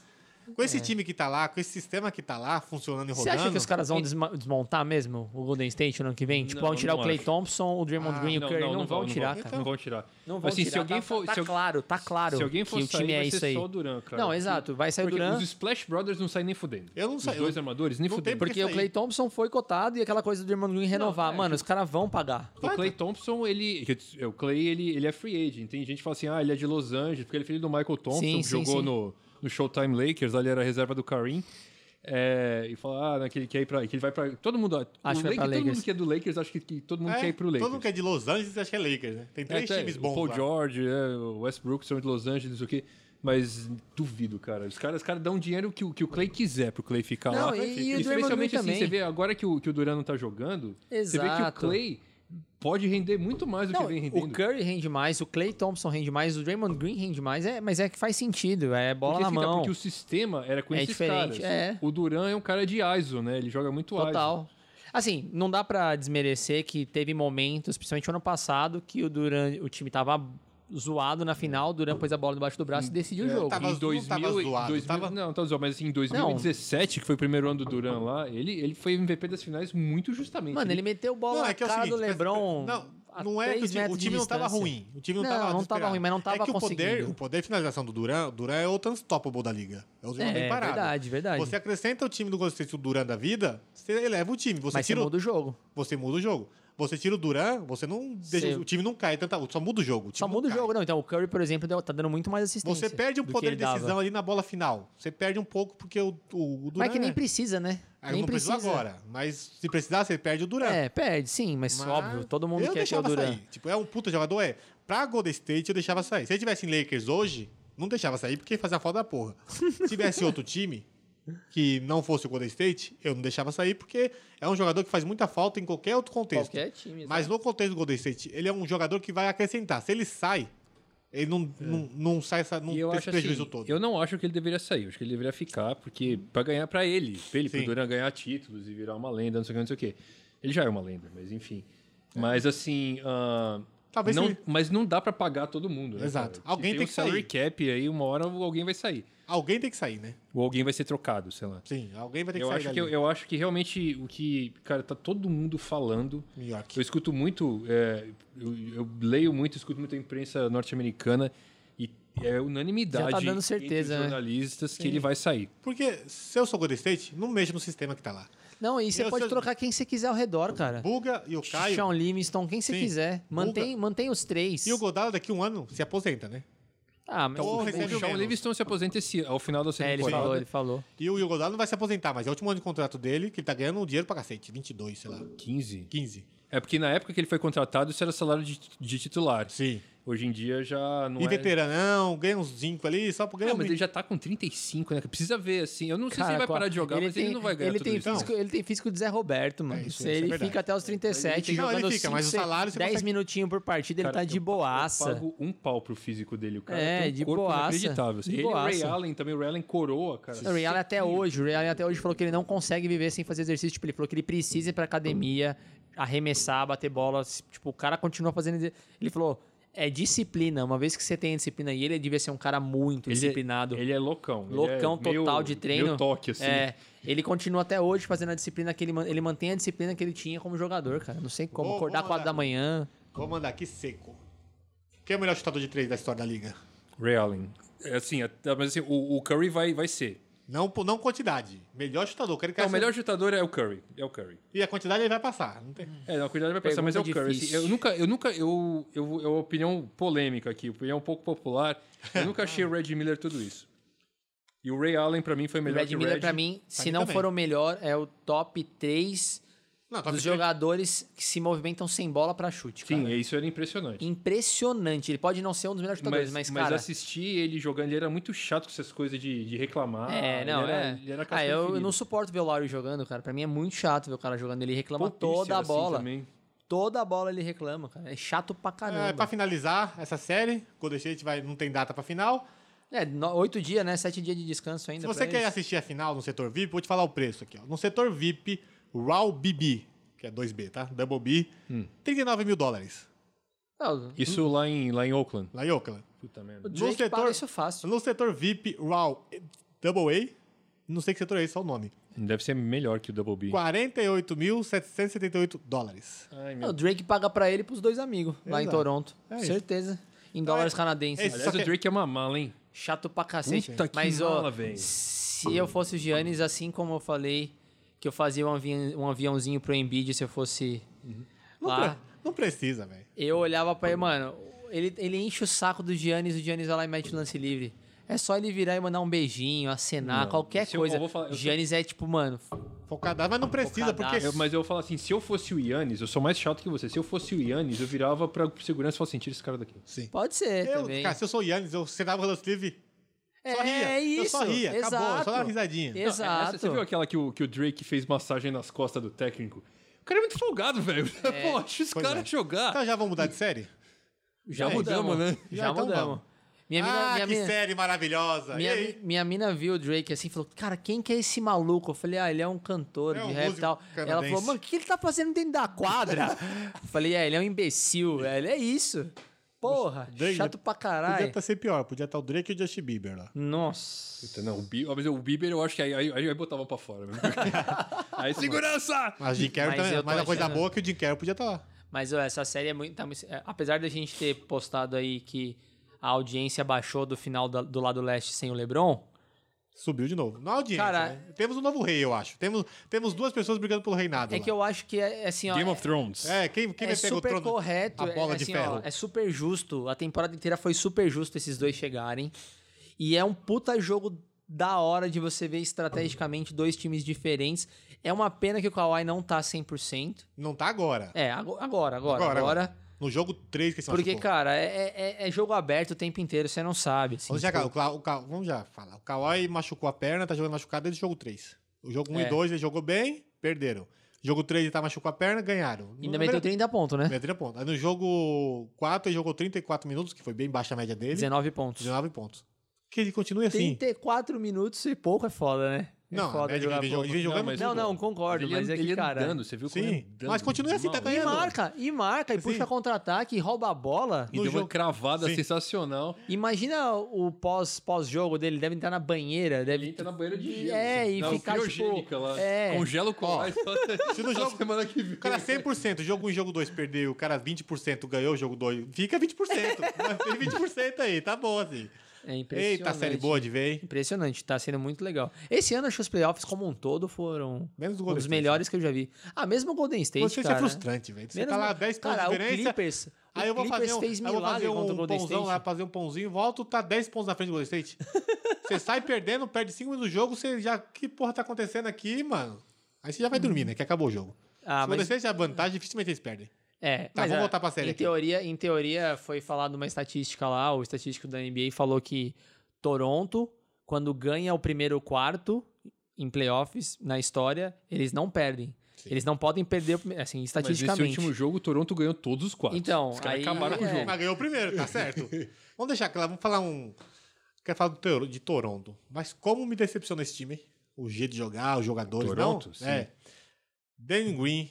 Com esse time que tá lá, com esse sistema que tá lá, funcionando e rodando... Você acha que os caras vão desmontar mesmo o Golden State no ano que vem? Tipo, vão tirar o Klay Thompson, o Draymond Green e o Curry? Não vão tirar, cara. Não vão tirar. Não vão tirar. Se alguém for, tá claro se alguém que for o time sair, é isso aí. só o Durant, cara. Não, exato. Vai sair o Porque Durant. os Splash Brothers não saem nem fudendo. Eu não sei. Os dois armadores nem fudendo. Porque o Klay Thompson foi cotado e aquela coisa do Draymond Green renovar. Mano, os caras vão pagar. O Klay Thompson, o Klay, ele é free agent. Tem gente que fala assim, ele é de Los Angeles, porque ele é filho do Michael Thompson, que jogou no Showtime Lakers, ali era a reserva do Kareem. E fala, que ele quer ir pra... Que ele vai pra... Todo mundo... Acho que vai pra todo Lakers. mundo que é do Lakers, acho que todo mundo quer ir pro Lakers. Todo mundo que é de Los Angeles, acha que é Lakers, né? Tem 3 times bons O Paul lá. George, o Westbrook são de Los Angeles, o quê. Mas duvido, cara. Os caras dão dinheiro que o Clay quiser pro Clay ficar lá. E o especialmente assim, também. você vê agora que o Durant não tá jogando, Exato. você vê que o Clay pode render muito mais do que vem rendendo. O Curry rende mais, o Klay Thompson rende mais, o Draymond Green rende mais, mas é que faz sentido, é bola na mão. Porque o sistema era com esses diferente, caras. O Durant é um cara de ISO, né? Ele joga muito ISO. Total. Assim, não dá pra desmerecer que teve momentos, principalmente no ano passado, que o time tava zoado na final, o Durant pôs a bola debaixo do braço e decidiu o jogo. Não tava zoado. Mas assim, em 2017, que foi o primeiro ano do Durant lá, ele foi MVP das finais muito justamente. Mano, ele meteu bola na cara do LeBron. Não é que o time não tava ruim. O time não tava ruim, mas não tava conseguindo. O poder de finalização do Durant é o unstoppable da liga. É o bem parado. Verdade. Você acrescenta o time do Golden State, o Durant da vida, você eleva o time. Mas você muda o jogo. Você muda o jogo. Você tira o Durant, você não deixa o time não cai tanta, só muda o jogo. Só muda o jogo, não. Então o Curry, por exemplo, tá dando muito mais assistência. Você perde um poder de decisão ali na bola final. Você perde um pouco porque o Durant... Mas que nem precisa, né? Nem precisa agora. Mas se precisar, você perde o Durant. Perde, sim. Mas óbvio, todo mundo quer ter o Durant. Sair. Tipo, é um puta jogador, Pra Golden State, eu deixava sair. Se ele tivesse em Lakers hoje, não deixava sair porque fazia falta da porra. Se tivesse outro time que não fosse o Golden State, eu não deixava sair porque é um jogador que faz muita falta em qualquer outro contexto. Qualquer time, mas no contexto do Golden State, ele é um jogador que vai acrescentar. Se ele sai, ele não sai, não tem esse prejuízo todo. Eu não acho que ele deveria sair, eu acho que ele deveria ficar, porque pra ganhar pra ele pro Durant ganhar títulos e virar uma lenda, não sei o que. Ele já é uma lenda, mas enfim. Mas assim, talvez mas não dá pra pagar todo mundo, né? Exato. Cara? Alguém tem que sair. Salary cap aí, uma hora alguém vai sair. Alguém tem que sair, né? Ou alguém vai ser trocado, sei lá. Sim, alguém vai ter que sair. Eu acho que realmente o que, cara, tá todo mundo falando. New York. Eu escuto muito, eu leio muito, escuto muito a imprensa norte-americana e é unanimidade já tá dando certeza, entre jornalistas que ele vai sair. Porque se eu sou Golden State, não mexo no sistema que tá lá. Não, e você pode trocar quem você quiser ao redor, cara. Buga e o Caio. Sean Livingston, quem você quiser. Mantém os 3. E o Godala daqui a um ano se aposenta, né? Mas o Sean Livingston se aposenta ao final da temporada. Ele falou. E o Godala não vai se aposentar, mas é o último ano de contrato dele, que ele tá ganhando dinheiro pra cacete. 22, sei lá. 15. É porque na época que ele foi contratado, isso era salário de titular. Sim. Hoje em dia já não e veteranão, ganha uns 5 ali, só pra ganhar. Mas ele já tá com 35, né? Precisa ver, assim. Eu não sei se ele vai parar de jogar, mas ele não vai ganhar Ele tem físico de Zé Roberto, mano. Ele fica até os 37 jogando ele fica, mas o salário 10 minutinhos por partida, ele tá de boaça. Eu pago um pau pro físico dele. O cara tem de corpo boaça. inacreditável. Ele e o Ray Allen também. O Ray Allen coroa, cara. O Ray Allen até hoje falou que ele não consegue viver sem fazer exercício. Tipo, ele falou que ele precisa ir pra academia, arremessar, bater bola. Tipo, o cara continua fazendo... Ele falou... É disciplina. Uma vez que você tem a disciplina, e ele devia ser um cara muito disciplinado. Ele é loucão. Loucão total de treino. Meio toque, assim. Ele continua até hoje fazendo a disciplina que ele mantém a disciplina que ele tinha como jogador, cara. Não sei como. Acordar 4 da manhã. Vou mandar aqui seco. Quem é o melhor chutador de 3 da história da liga? Ray Allen. Mas assim, o Curry vai ser. Não quantidade. Melhor chutador. O melhor chutador é o Curry. E a quantidade ele vai passar. Não tem... a quantidade vai passar, mas é o Curry. Assim, é uma opinião polêmica aqui, opinião um pouco popular. Eu nunca achei o Reggie Miller tudo isso. E o Ray Allen, pra mim, foi melhor que o Reggie. O Reggie Miller, pra mim, se não for o melhor, é o top 3 dos jogadores que se movimentam sem bola pra chute. Sim, cara. isso era impressionante. Impressionante. Ele pode não ser um dos melhores chutadores, mas cara... Mas assistir ele jogando, ele era muito chato com essas coisas de reclamar. Ele era eu não suporto ver o Lowry jogando, cara. Pra mim é muito chato ver o cara jogando. Ele reclama toda a bola. Assim toda a bola ele reclama, cara. É chato pra caramba. Pra finalizar essa série, Golden State não tem data pra final. 8 dias, né? 7 dias de descanso ainda. Se você quer assistir a final no setor VIP, vou te falar o preço aqui. Ó. No setor VIP... Raw BB, que é 2B, tá? Double B, $39 mil. Isso lá em Oakland. Lá em Oakland. Puta merda. O Drake paga isso fácil. No setor VIP, Raw, Double A. Não sei que setor é esse, só o nome. Deve ser melhor que o Double B. $48.778. Ai, O Drake paga pra ele e pros 2 amigos lá em Exato. Toronto. Isso. Certeza. Em dólares canadenses. esse- Aliás, Só que- o Drake é uma mala, hein? Chato pra cacete. Puta que Mas, mala, ó, velho. se eu fosse o Giannis, assim como eu falei que eu fazia um aviãozinho pro Embiid se eu fosse lá, Não precisa, velho. eu olhava pra ele, mano, ele enche o saco do Giannis, o Giannis vai lá e mete o lance livre. É só ele virar e mandar um beijinho, acenar, Não. qualquer Se eu- coisa. eu vou falar- eu Giannis é tipo, mano, Focadaço, mas não precisa, porque... Focadaço. Mas eu vou falar assim, se eu fosse o Yannis, eu sou mais chato que você. Se eu fosse o Yannis, eu virava pra segurança e falava assim, tira esse cara daqui. Sim. pode ser também. Cara, se eu sou o Yannis, eu sentava o lance livre, só ria. É isso. Eu só ria, acabou, eu só exato. dava uma risadinha. Exato. Você viu aquela que o Drake fez massagem nas costas do técnico? O cara é muito folgado, velho. Pô, deixa os Pois caras é. jogar. Então já vamos mudar de série? Já mudamos, mudamos, né? Já Já, então mudamos. vamos. Minha Que série maravilhosa. E aí? minha mina viu o Drake assim e falou, cara, quem que é esse maluco? Eu falei, ele é um cantor É um de rap e músico tal. Ela canadense. falou, mano, o que ele tá fazendo dentro da quadra? Eu falei, ele é um imbecil, velho, é isso. Porra, Drake- chato pra Podia caralho. até ser pior, podia estar o Drake e o Justin Bieber lá. Nossa. Puta, não, mas o Bieber eu acho que aí botava pra fora. Mesmo. Aí, segurança! Mas, Jim Carrey Mas também, eu tô mas a coisa achando- boa é que o Jim Carrey podia estar lá. Mas ó, essa série é muito... apesar da gente ter postado aí que a audiência baixou do final do lado leste sem o LeBron, Subiu de novo. Na audiência, Cara- né? Temos um novo rei, eu acho. Temos 2 pessoas brigando pelo reinado é lá. que eu acho que é assim, ó... Game of Thrones. Quem é vai pegar o super trono? correto, A bola é, de assim, ferro. ó, é super justo. A temporada inteira foi super justo esses dois chegarem. E é um puta jogo da hora de você ver estrategicamente 2 times diferentes. É uma pena que o Kawhi não tá 100%. Não tá agora. É, agora. No jogo 3 que se Porque, machucou. cara, é jogo aberto o tempo inteiro, você não sabe. Assim, Vamos já, tipo, vamos já falar. O Kawhi machucou a perna, tá jogando machucado desde o jogo 3. O jogo 1 É. e 2 ele jogou bem, perderam. Jogo 3 ele tá machucou a perna, ganharam. ainda meteu 30 pontos, né? Meteu 30 pontos. Aí no jogo 4 ele jogou 34 minutos, que foi bem baixa a média dele. 19 pontos. 19 pontos. Que ele continue assim. 34 minutos e pouco é foda, né? É Não, a foda média jogar que ele pouco. vem jogando Não, mas- muito. Não, concordo, mas é que, ele cara... andando, você viu como Sim, ele andando. mas continua assim, tá Mal. E ganhando. marca, e Sim. puxa contra-ataque, e rouba a bola. E no deu uma jogo- cravada Sim. sensacional. Imagina o pós-jogo dele, deve entrar na banheira, deve... Ele entra na banheira de gelo. É, e Na ficar, tipo, friogênica lá. é. Congela o colar e só Se no jogo- semana que vem. O cara 100%, jogo 1 e jogo 2 perdeu, o cara 20% ganhou o jogo 2, fica 20%. Mas tem 20% aí, tá bom assim. É impressionante. Eita, série boa de ver, hein? Impressionante, tá sendo muito legal. Esse ano, acho que os playoffs como um todo foram Menos do um Golden dos State. melhores que eu já vi. Ah, mesmo o Golden State, Você cara. é frustrante, velho. Você Menos tá lá mal. 10 pontos Cara, de o diferença. Clippers, Aí eu vou Clippers fazer um, fez aí eu vou fazer milagre contra o um Golden pãozão State. lá, fazer um pãozinho, volto, tá 10 pontos na frente do Golden State. Você sai perdendo, perde 5 minutos do jogo, você já... Que porra tá acontecendo aqui, mano? Aí você já vai dormir, né? Que acabou o jogo. Ah, Se o Golden mas... State é a vantagem, dificilmente eles perdem. É, Tá, mas, vamos voltar pra série em aqui. Em teoria, foi falado uma estatística lá, o estatístico da NBA falou que Toronto, quando ganha o primeiro quarto em playoffs na história, eles não perdem. Eles não podem perder, assim, Mas estatisticamente. nesse último jogo, o Toronto ganhou todos os 4. Então, os caras aí acabaram com o é. jogo. Mas ganhou o primeiro, tá certo? Vamos deixar claro, vamos falar um... Quero falar de Toronto. Mas como me decepciona esse time, hein? O jeito de jogar, os jogadores. Toronto? Não? Sim. É. Danny Green,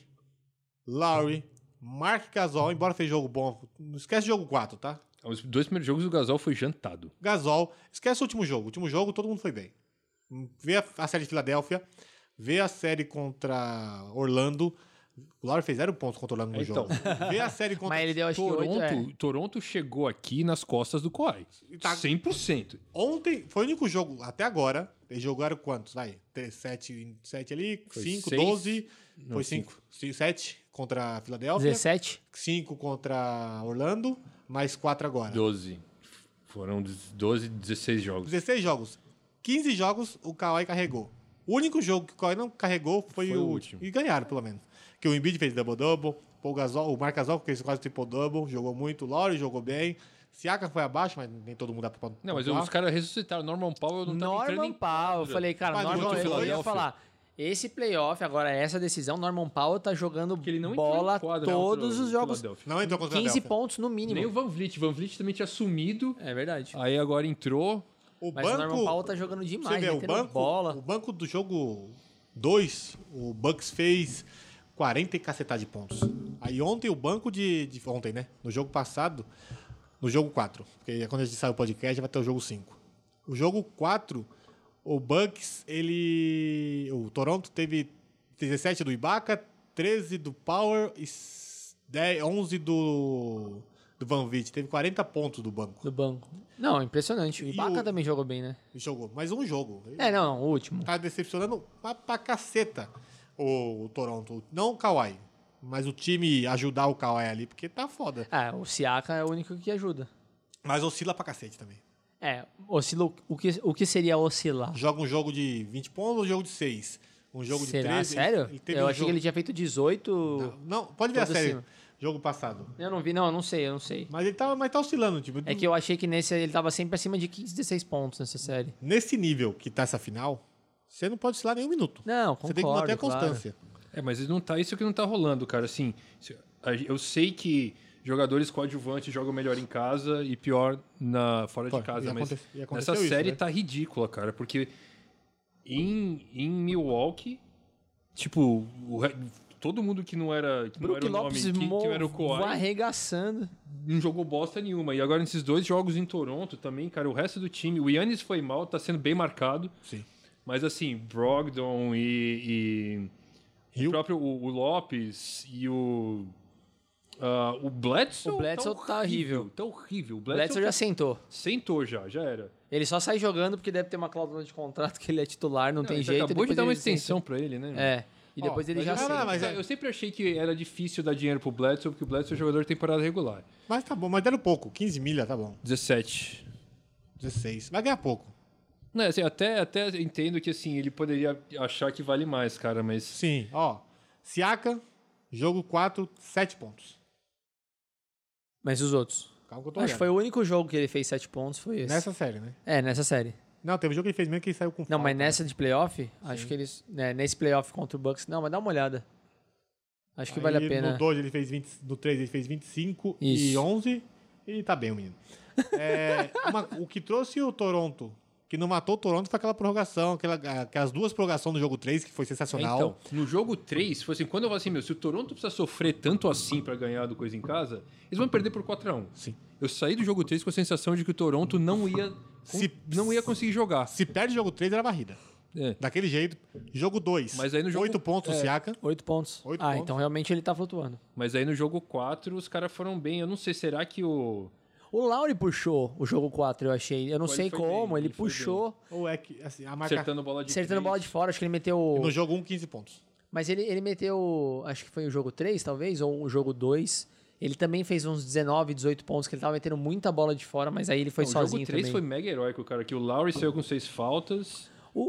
Lowry, Mark Gasol, embora fez jogo bom. Não esquece o jogo 4, tá? Os 2 primeiros jogos, o Gasol foi jantado. Gasol. Esquece o último jogo. O último jogo todo mundo foi bem. Vê a série de Filadélfia, vê a série contra Orlando. O Lowry fez 0 pontos contra Orlando no Então. jogo. Vê a série contra... Mas ele deu, acho que 8, Toronto chegou aqui nas costas do Kawhi. Tá. 100%. Ontem foi o único jogo, até agora, eles jogaram quantos? Vai, 7 ali, Foi 5, seis. 12, Não, foi 5, 7 contra a Filadélfia, 17. 5 contra Orlando, mais 4 agora. 12. Foram 12, 16 jogos. 16 jogos. 15 jogos o Kawhi carregou. O único jogo que o Kawhi não carregou foi o o último. E ganharam, pelo menos. Que o Embiid fez double-double, o Marc Gasol fez quase triple-double, jogou muito, o Lowry jogou bem. Siakam foi abaixo, mas nem todo mundo dá pra Não, mas pontuar. os caras ressuscitaram. Norman Powell não tava entrando Norman em... Powell. Eu falei, cara, Mas no Norman, jogo eu ia Filadélfia. falar. Esse playoff, agora essa decisão, Norman Powell tá jogando Porque ele não entrou bola em quadra todos contra o os jogos. Philadelphia. Não entrou contra a 15 Filadélfia. pontos no mínimo. Nem o Van Vliet. Van Vliet também tinha sumido. É verdade. Aí agora entrou. O Mas o Norman Powell tá jogando Você demais, vê, o metendo banco, bola. o banco do jogo 2, o Bucks fez 40 e cacetada de pontos. Aí ontem o banco ontem, né? No jogo passado, no jogo 4, porque quando a gente sai o podcast já vai ter o jogo 5. O jogo 4, O Bucks, o Toronto teve 17 do Ibaka, 13 do Power e 11 do Van Vliet. Teve 40 pontos do banco. Do banco. Não, impressionante. O Ibaka também jogou bem, né? Jogou, mas um jogo. Não, o último. Tá decepcionando pra caceta o Toronto. Não o Kawhi, mas o time ajudar o Kawhi ali, porque tá foda. O Siakam é o único que ajuda. Mas oscila pra cacete também. Oscila. O que seria oscilar? Joga um jogo de 20 pontos ou um jogo de 6? Um jogo de 13. Sério? Eu achei que ele tinha feito 18. Não, pode ver a série. Jogo passado. Eu não vi, eu não sei. Mas ele tá oscilando, tipo. É que eu achei que nesse ele tava sempre acima de 15, 16 pontos nessa série. Nesse nível que tá essa final, você não pode oscilar nenhum minuto. Não, concordo. Você tem que manter a constância. Claro. Mas isso que não tá rolando, cara. Assim, eu sei que jogadores coadjuvantes jogam melhor em casa e pior fora de casa, mas nessa série tá ridícula, cara, porque em Milwaukee, tipo, todo mundo que não era o nome, que era o Kawhi, arregaçando. Não jogou bosta nenhuma. E agora nesses 2 jogos em Toronto também, cara, o resto do time, o Giannis foi mal, tá sendo bem marcado. Sim. Mas assim, Brogdon e o próprio o Lopes e o Bledsoe. O Bledsoe tá horrível. Tá horrível. O Bledsoe já sentou. Sentou já era. Ele só sai jogando porque deve ter uma cláusula de contrato que ele é titular, não tem jeito. Acabou de dar uma extensão pra ele, né? E depois ele já senta. Eu sempre achei que era difícil dar dinheiro pro Bledsoe, porque o Bledsoe é jogador de temporada regular. Mas tá bom, mas deram pouco. 15 milha, tá bom. 17. 16. Vai ganhar pouco. Não, assim, até entendo que assim, ele poderia achar que vale mais, cara, mas... Sim, Siakam, jogo 4, 7 pontos. Mas os outros? Calma que eu tô Acho olhando. que foi o único jogo que ele fez 7 pontos, foi esse. Nessa série, né? Nessa série. Não, teve um jogo que ele fez mesmo que ele saiu com Não, falta, mas nessa de playoff, acho que eles... nesse playoff contra o Bucks... Não, mas dá uma olhada. Acho que vale a pena. No 2 ele fez 20, no 3 ele fez 25 Isso. e 11 e tá bem o menino. O que trouxe o Toronto, que não matou o Toronto, foi aquela prorrogação, aquelas 2 prorrogações no jogo 3, que foi sensacional. Então, no jogo 3, foi assim, quando eu falo assim, se o Toronto precisa sofrer tanto assim pra ganhar do coisa em casa, eles vão perder por 4-1. Sim. Eu saí do jogo 3 com a sensação de que o Toronto não ia conseguir jogar. Se perde o jogo 3, era varrida. Daquele jeito. Jogo 2, mas aí no jogo, 8 pontos o Siakam. 8 pontos. 8 pontos. Então realmente ele tá flutuando. Mas aí no jogo 4, os caras foram bem. Eu não sei, será que o Lowry puxou o jogo 4, eu achei. Eu não sei como, ele puxou. Ou é que, assim, a marca... Acertando bola de fora, acho que ele meteu... No jogo 1, 15 pontos. Mas ele meteu, acho que foi o jogo 3, talvez, ou o jogo 2. Ele também fez uns 19, 18 pontos, que ele tava metendo muita bola de fora, mas aí ele foi sozinho também. O jogo 3 foi mega heróico, cara, que o Lowry saiu com 6 faltas.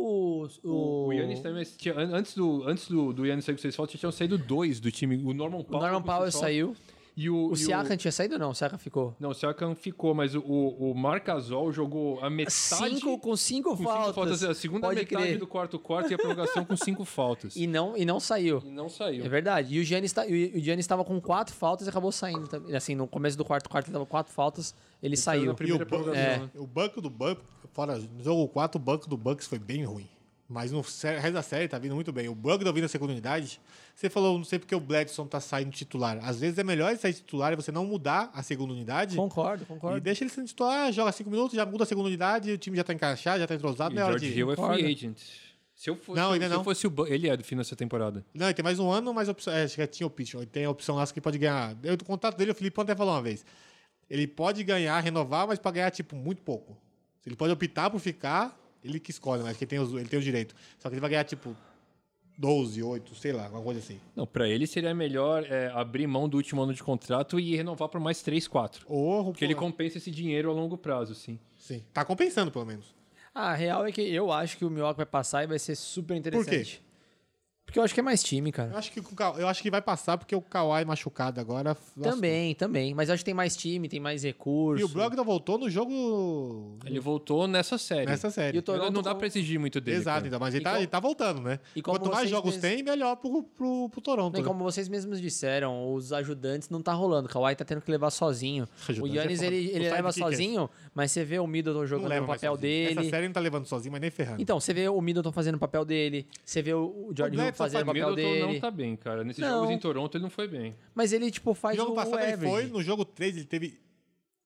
O Giannis também, antes do Giannis sair com 6 faltas, tinham saído 2 do time. O Norman Powell saiu. O Siakam tinha saído ou não? O Siakam ficou? Não, o Siakam ficou, mas o Marc Gasol jogou a metade... Com 5 faltas. A segunda metade do quarto e a prorrogação com 5 faltas. E não saiu. É verdade. E o Giannis estava com 4 faltas e acabou saindo também. Assim, no começo do quarto ele tava com 4 faltas, ele saiu. O banco do Bucks, fora no jogo 4, o banco do Bucks foi bem ruim. Mas no resto da série tá vindo muito bem. O Brogdon vindo na segunda unidade. Você falou, não sei porque o Bledsoe tá saindo titular. Às vezes é melhor ele sair titular e você não mudar a segunda unidade. Concordo. E deixa ele sendo titular, joga 5 minutos, já muda a segunda unidade, o time já tá encaixado, já tá entrosado. E o George Hill é free agent. Se eu fosse ele é do fim dessa temporada. Não, ele tem mais um ano, mas acho que tinha option. Ele tem a opção lá que pode ganhar. O contato dele, o Felipe até falou uma vez. Ele pode ganhar, renovar, mas pra ganhar, tipo, muito pouco. Ele pode optar por ficar... Ele que escolhe, mas ele tem o direito. Só que ele vai ganhar, tipo, 12, 8, sei lá, alguma coisa assim. Não, pra ele seria melhor abrir mão do último ano de contrato e renovar por mais 3, 4. Porque ele compensa esse dinheiro a longo prazo, sim. Sim. Tá compensando, pelo menos. A real é que eu acho que o Milwaukee vai passar e vai ser super interessante. Por quê? Porque eu acho que é mais time, cara. Eu acho que vai passar porque o Kawhi machucado agora... Também. Mas eu acho que tem mais time, tem mais recursos. E o Brogdon voltou no jogo... Ele voltou nessa série. E o Toronto não dá pra exigir muito dele. Exato, então, mas ele tá voltando, né? Quanto mais jogos tem, melhor pro Toronto. E como vocês mesmos disseram, os ajudantes não tá rolando. O Kawhi tá tendo que levar sozinho. O Giannis, ele leva sozinho, mas você vê o Middleton jogando o papel dele. Essa série não tá levando sozinho, mas nem ferrando. Então, você vê o Middleton fazendo o papel dele, você vê o George Hill fazendo o papel dele. Não tá bem, cara. Nesses jogos em Toronto ele não foi bem. Mas ele, tipo, faz no jogo o passado average. ele foi, no jogo 3 ele teve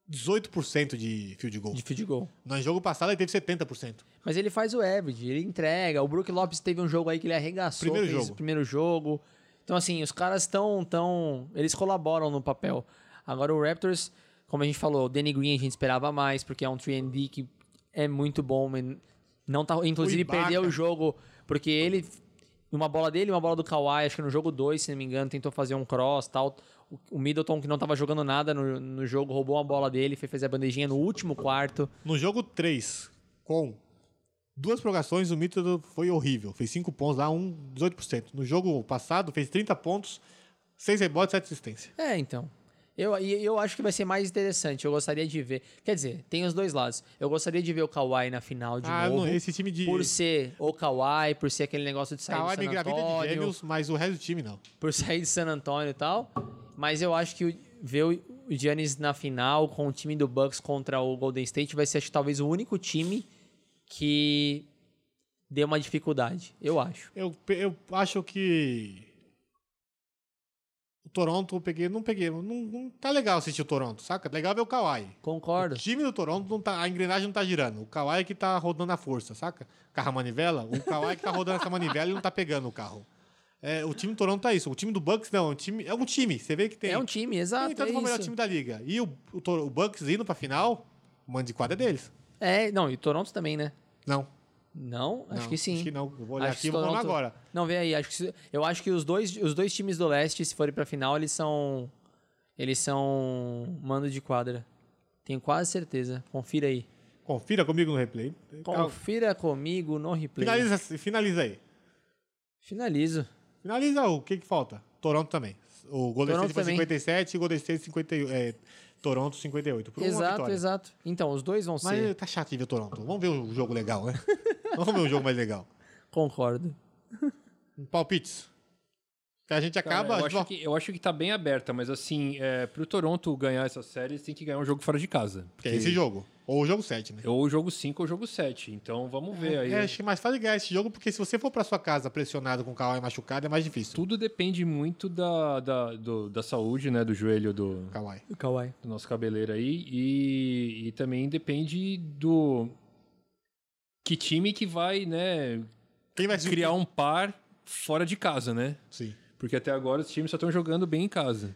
18% de field goal. De field goal. No jogo passado ele teve 70%. Mas ele faz o average, ele entrega. O Brook Lopes teve um jogo aí que ele arregaçou. Primeiro jogo. Então, assim, os caras eles colaboram no papel. Agora o Raptors, como a gente falou, o Danny Green a gente esperava mais, porque é um 3&D que é muito bom. Não tá, inclusive, perdeu o jogo, porque ele... Uma bola dele, uma bola do Kawhi, acho que no jogo 2, se não me engano, tentou fazer um cross e tal. O Middleton, que não tava jogando nada no jogo, roubou uma bola dele, foi fazer a bandejinha no último quarto. No jogo 3, com 2 prorrogações, o Middleton foi horrível. Fez 5 pontos lá, 18%. No jogo passado, fez 30 pontos, 6 rebotes e 7 assistências. Então. Eu acho que vai ser mais interessante. Eu gostaria de ver... Quer dizer, tem os dois lados. Eu gostaria de ver o Kawhi na final de novo. Esse time de... Por ser o Kawhi, por ser aquele negócio de sair Kawhi do San Antonio. Kawhi de gêmeos, mas o resto do time não. Por sair de San Antonio e tal. Mas eu acho que ver o Giannis na final com o time do Bucks contra o Golden State vai ser, acho, talvez o único time que dê uma dificuldade. Eu acho. Eu acho que... O Toronto, não tá legal assistir o Toronto, saca? Legal ver o Kawhi. Concordo. O time do Toronto, não tá, a engrenagem não tá girando. O Kawhi é que tá rodando a força, saca? Carro a manivela, o Kawhi é que tá rodando essa manivela e não tá pegando o carro. O time do Toronto tá isso. O time do Bucks, não. É um time. Você vê que tem... É um time, exato. Então, foi o melhor time da liga. E o Bucks indo pra final, o mando de quadra é deles. Não, e o Toronto também, né? Não? Acho que sim. Acho que não. Eu vou olhar aqui e vou falar agora. Não, vem aí. Eu acho que os dois times do leste, se forem pra final, eles são mando de quadra. Tenho quase certeza. Confira aí. Confira comigo no replay. Confira comigo no replay. Finaliza aí. Finalizo. Finaliza o que falta? Toronto também. O Golden State foi 57 e o Golden State 58. Toronto 58. Por Exato. Então, os dois vão ser. Mas tá chato de ver o Toronto. Vamos ver um jogo legal, né? Vamos ver um jogo mais legal. Concordo. Palpites. Que a gente acaba... Eu acho que tá bem aberta, mas assim, pro Toronto ganhar essa série, eles têm que ganhar um jogo fora de casa. Que é esse jogo. Ou o jogo 7, né? Ou o jogo 5 ou o jogo 7. Então, vamos ver aí. Acho que é mais fácil ganhar esse jogo, porque se você for pra sua casa pressionado com o Kawhi machucado, é mais difícil. Tudo depende muito da saúde, né? Do joelho do Kawhi. Do nosso cabeleiro aí. E também depende do... Que time que vai, né? Quem vai criar um par fora de casa, né? Sim. Porque até agora os times só estão jogando bem em casa.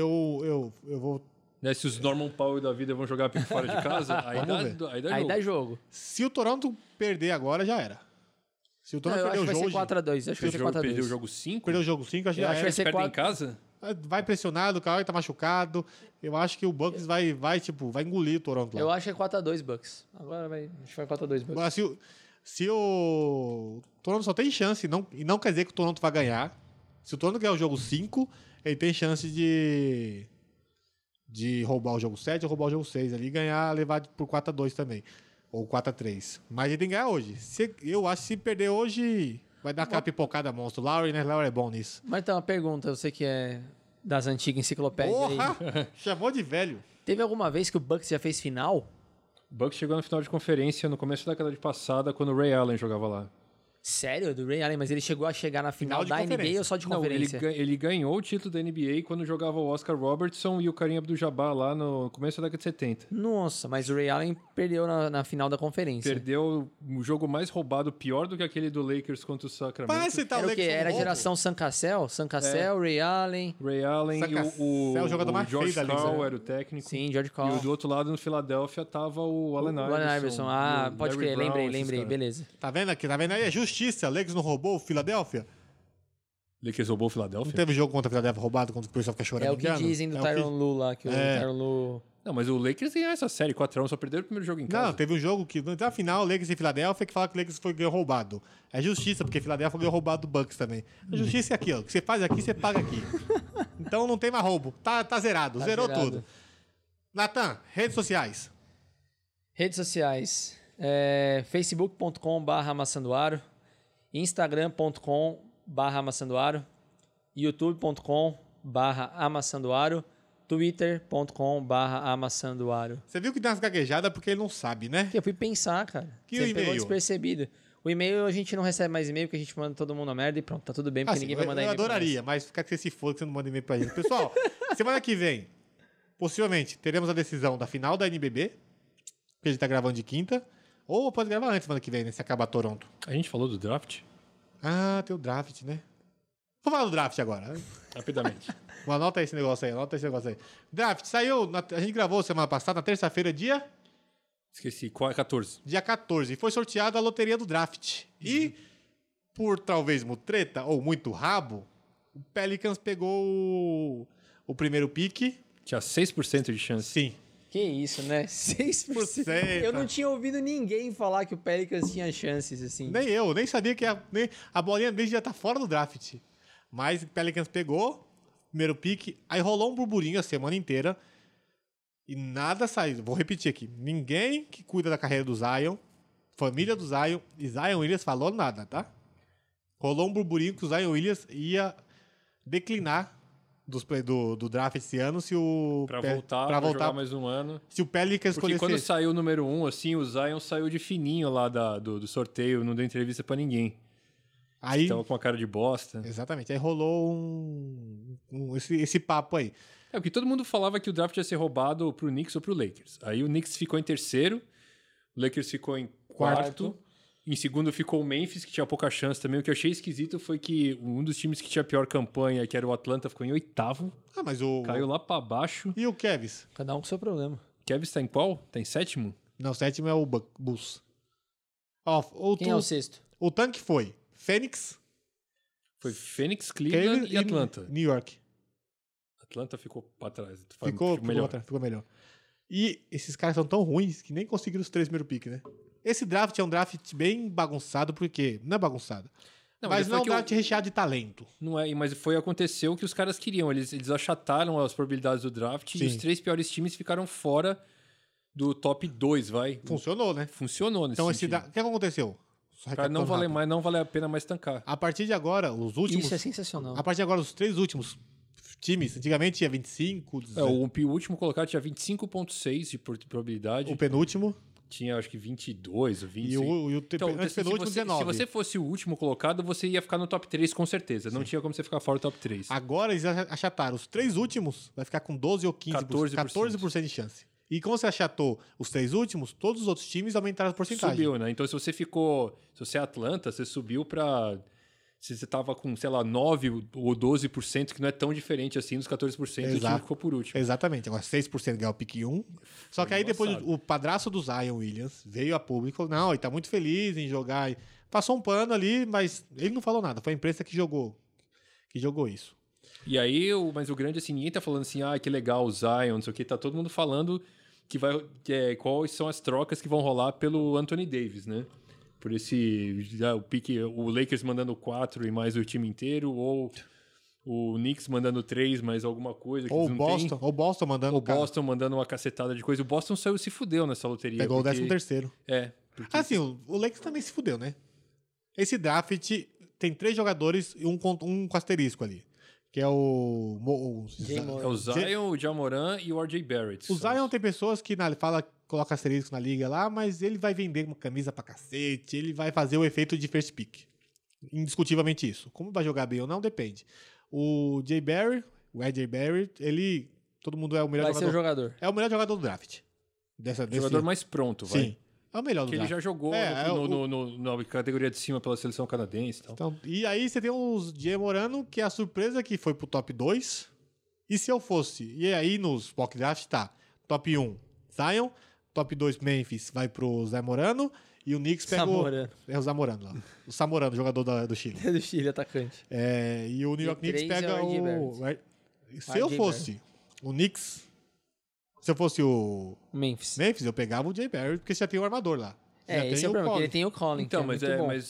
Eu vou... Né, se os Norman Powell da vida vão jogar fora de casa, aí dá jogo. Se o Toronto perder agora, já era. Se o Toronto perder o jogo... Acho que vai ser 4-2. Acho que vai ser 4-2. Perdeu o jogo 5? Perdeu o jogo 5, acho que já vai ser 4 em casa? Vai pressionado, o Kawhi tá machucado. Eu acho que o Bucks vai engolir o Toronto lá. Eu acho que é 4-2 Bucks. Agora acho que vai 4-2 Bucks. Agora, se o Toronto só tem chance, e não quer dizer que o Toronto vai ganhar. Se o Toronto ganhar o jogo 5, ele tem chance de roubar o jogo 7 ou roubar o jogo 6 ali e ganhar, levar por 4-2 também. Ou 4-3. Mas ele tem que ganhar hoje. Eu acho que se perder hoje, vai dar aquela pipocada monstro. Lowry, né? Lowry é bom nisso. Mas então, uma pergunta. Você que é das antigas enciclopédias aí. Chamou de velho. Teve alguma vez que o Bucks já fez final? O Bucks chegou na final de conferência no começo da década de passada, quando o Ray Allen jogava lá. Sério? Do Ray Allen? Mas ele chegou a chegar na final da NBA ou só de conferência? Ele ganhou o título da NBA quando jogava o Oscar Robertson e o Kareem Abdul-Jabbar lá no começo da década de 70. Nossa, mas o Ray Allen perdeu na final da conferência. Perdeu o jogo mais roubado, pior do que aquele do Lakers contra o Sacramento. Mas você tá era o quê? Era a geração Sam Cassell? Ray Allen e o jogador mais George feio da liga. Karl era o técnico. Sim, George Karl. E do outro lado, no Filadélfia, tava o Allen Iverson. Pode crer, lembrei, beleza. Tá vendo aqui? Tá vendo aí? É justiça. Lakers não roubou o Filadélfia? Lakers roubou o Filadélfia? Não teve jogo contra o Filadélfia roubado quando o pessoal fica chorando? É o que dizem do Tyronn Lue lá, que o Tyronn Lue... Não, mas o Lakers ganhou essa série 4-1, só perderam o primeiro jogo em casa. Não, teve um jogo que, na final, Lakers e Filadélfia, que fala que o Lakers foi ganhou roubado. É justiça, porque Filadélfia ganhou roubado do Bucks também. A justiça é aqui, ó. O que você faz aqui, você paga aqui. Então não tem mais roubo. Tá zerado. Zerou tudo. Natan, redes sociais. Redes sociais. facebook.com/amassandoaro, instagram.com/amassandoaro, youtube.com/amassandoaro, twitter.com/amassandoaro. Você viu que deu umas gaguejadas porque ele não sabe, né? Eu fui pensar, cara. Que você e-mail? Pegou despercebido. O e-mail a gente não recebe mais e-mail, porque a gente manda todo mundo a merda e pronto, tá tudo bem, porque ninguém vai mandar e-mail. Eu adoraria, mas fica que você se for que você não manda e-mail pra gente. Pessoal, semana que vem, possivelmente, teremos a decisão da final da NBB, que a gente tá gravando de quinta, ou pode gravar antes, semana que vem, né? Se acabar Toronto. A gente falou do draft? Ah, tem o draft, né? Vou falar do draft agora. Rapidamente. Anota esse negócio aí. Draft, saiu, a gente gravou semana passada, na terça-feira, dia Esqueci, qual é 14? Dia 14. E foi sorteada a loteria do draft. E, por talvez mutreta ou muito rabo, o Pelicans pegou o primeiro pique. Tinha 6% de chance. Sim. Que isso, né? 6%. Eu não tinha ouvido ninguém falar que o Pelicans tinha chances, assim. Nem eu, nem sabia que a bolinha dele já tá fora do draft. Mas o Pelicans pegou, primeiro pique, aí rolou um burburinho a semana inteira e nada saiu. Vou repetir aqui. Ninguém que cuida da carreira do Zion, família do Zion e Zion Williams falou nada, tá? Rolou um burburinho que o Zion Williams ia declinar do draft esse ano se o... Pra voltar jogar mais um ano. Se o Pelicans Porque escolhesse... quando saiu o número 1, assim, o Zion saiu de fininho lá do sorteio, não deu entrevista pra ninguém. Aí, tava com uma cara de bosta. Exatamente. Aí rolou esse papo aí. É, porque todo mundo falava que o draft ia ser roubado pro Knicks ou pro Lakers. Aí o Knicks ficou em terceiro, o Lakers ficou em quarto. Em segundo ficou o Memphis, que tinha pouca chance também. O que eu achei esquisito foi que um dos times que tinha a pior campanha, que era o Atlanta, ficou em oitavo. Ah, mas caiu lá pra baixo. E o Cavs? Cada um com seu problema. O Cavs tá em qual? Tá em sétimo? Não, sétimo é o Bulls. Quem é o sexto? O tanque foi Phoenix. Foi Phoenix, Cleveland e Atlanta. New York. Atlanta ficou pra trás. Ficou melhor. E esses caras são tão ruins que nem conseguiram os 3 primeiros piques, né? Esse draft é um draft bem bagunçado, porque... Não é bagunçado. Mas não é um draft recheado de talento. Não é, mas aconteceu o que os caras queriam. Eles achataram as probabilidades do draft. Sim. E os 3 piores times ficaram fora do top 2, vai. Funcionou, né? Funcionou nesse Então, o que aconteceu? Pra não valer a pena mais tancar. A partir de agora, os últimos... Isso é sensacional. A partir de agora, os 3 últimos times, antigamente tinha 25... o último colocado tinha 25,6 de probabilidade. O penúltimo... Tinha, acho que 22 ou 25. Então, penúltimo, 19. Se você fosse o último colocado, você ia ficar no top 3 com certeza. Sim. Não tinha como você ficar fora do top 3. Agora eles achataram. Os 3 últimos vai ficar com 12 ou 15%. 14% de chance. E como você achatou os 3 últimos, todos os outros times aumentaram a porcentagem. Subiu, né? Então, se você é Atlanta, você subiu pra... Se você tava com, sei lá, 9 ou 12%, que não é tão diferente assim dos 14% do time que ficou por último. Exatamente. Agora 6% ganhou o pick 1. Só que aí depois o padrasto do Zion Williams veio a público e falou, não, ele tá muito feliz em jogar. Passou um pano ali, mas ele não falou nada. Foi a imprensa que jogou isso. E aí, mas o grande, assim, ninguém tá falando assim, que legal o Zion, não sei o que. Tá todo mundo falando quais são as trocas que vão rolar pelo Anthony Davis, né? Por o pique, o Lakers mandando 4 e mais o time inteiro, ou o Knicks mandando 3 mais alguma coisa. Ou o Boston mandando. O Boston mandando uma cacetada de coisa. O Boston se fudeu nessa loteria. Pegou o 13º. É. Assim, o Lakers também se fudeu, né? Esse draft tem 3 jogadores e um com asterisco ali. Que é o Zion, o Jamoran e o RJ Barrett. O Zion tem pessoas que coloca asterisco na liga lá, mas ele vai vender uma camisa pra cacete, ele vai fazer o efeito de first pick. Indiscutivelmente isso. Como vai jogar bem ou não, depende. O RJ Barrett, todo mundo é o melhor jogador. Vai ser o jogador. É o melhor jogador do draft. Jogador mais pronto, vai. Sim. É o melhor do draft. Ele já jogou na categoria de cima pela seleção canadense. E aí você tem os Jamoran, que é a surpresa que foi pro top 2. E se eu fosse... E aí nos mock draft tá top 1, Zion. Top 2, Memphis, vai pro Zamorano. E o Knicks pega o Zamorano lá. O Zamorano, jogador do Chile. É do Chile, atacante. E o New York Knicks pega Se eu fosse o Knicks... Se eu fosse o Memphis, eu pegava o Jay Barrett, porque você já tem o armador lá. Esse é o problema, porque ele tem o Collin. Então, mas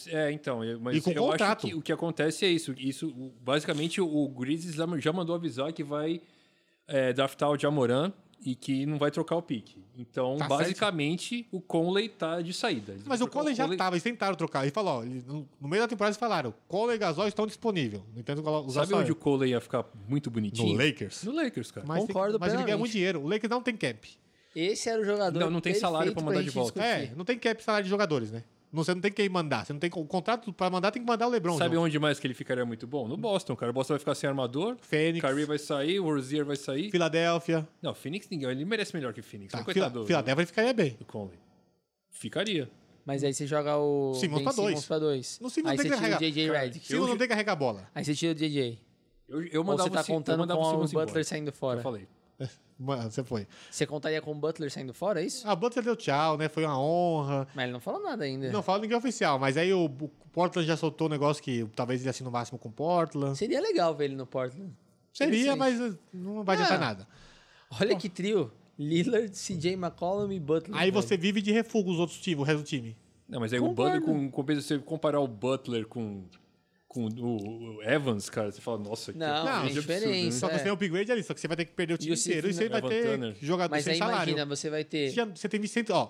e com eu contrato. acho que o que acontece é isso. Basicamente, o Grizzlies já mandou avisar que vai draftar o Jamoran e que não vai trocar o pique. Então, basicamente, certo. O Conley tá de saída. Mas o Conley já tava, eles tentaram trocar. Ele falou, no meio da temporada eles falaram, Conley e Gasol estão disponíveis. Sabe onde o Conley ia ficar muito bonitinho? No Lakers. No Lakers, cara. Concordo mas ele ganha muito dinheiro. O Lakers não tem cap. Esse era o jogador não tem salário pra mandar de volta. Não tem cap salário de jogadores, né? Você não tem quem mandar. Você não tem o contrato pra mandar, tem que mandar o LeBron. Sabe onde mais que ele ficaria muito bom? No Boston, cara. O Boston vai ficar sem armador. Fênix. Kyrie vai sair, o Rozier vai sair. Filadélfia. Não, Phoenix ninguém. Ele merece melhor que Phoenix. Tá, Coitado Filadélfia ficaria bem. do Conley. Ficaria. Mas aí você joga o Simmons pra dois. pra 2. No Simmons Aí tem você que tira o carregar. J.J. Redick. Simmons não tem que carregar a bola. Aí você tira o J.J. Eu Ou mandava você tá contando com o Simmons Butler embora. saindo fora? Eu falei. Mano, você foi. Você contaria com o Butler saindo fora, é isso? A Butler deu tchau, né? Foi uma honra. Mas ele não falou nada ainda. Não fala ninguém oficial, mas aí o Portland já soltou o negócio que talvez ele assine o máximo com o Portland. Seria legal ver ele no Portland. Seria, Interessante. mas não vai adiantar Ah. nada. Olha que trio. Lillard, CJ McCollum e Butler. Aí velho. você vive de refúgio os outros times, o resto do time. Não, mas aí Concordo. o Butler, com você comparar o Butler com o Evans, cara, você fala, nossa, que Não, Não, tem que absurdo, diferença. né? Só que É. você tem o upgrade ali, só que você vai ter que perder o time o inteiro. E você vai Evan ter Turner. jogador Mas sem aí salário. imagina, você vai ter... Você tem 100, ó.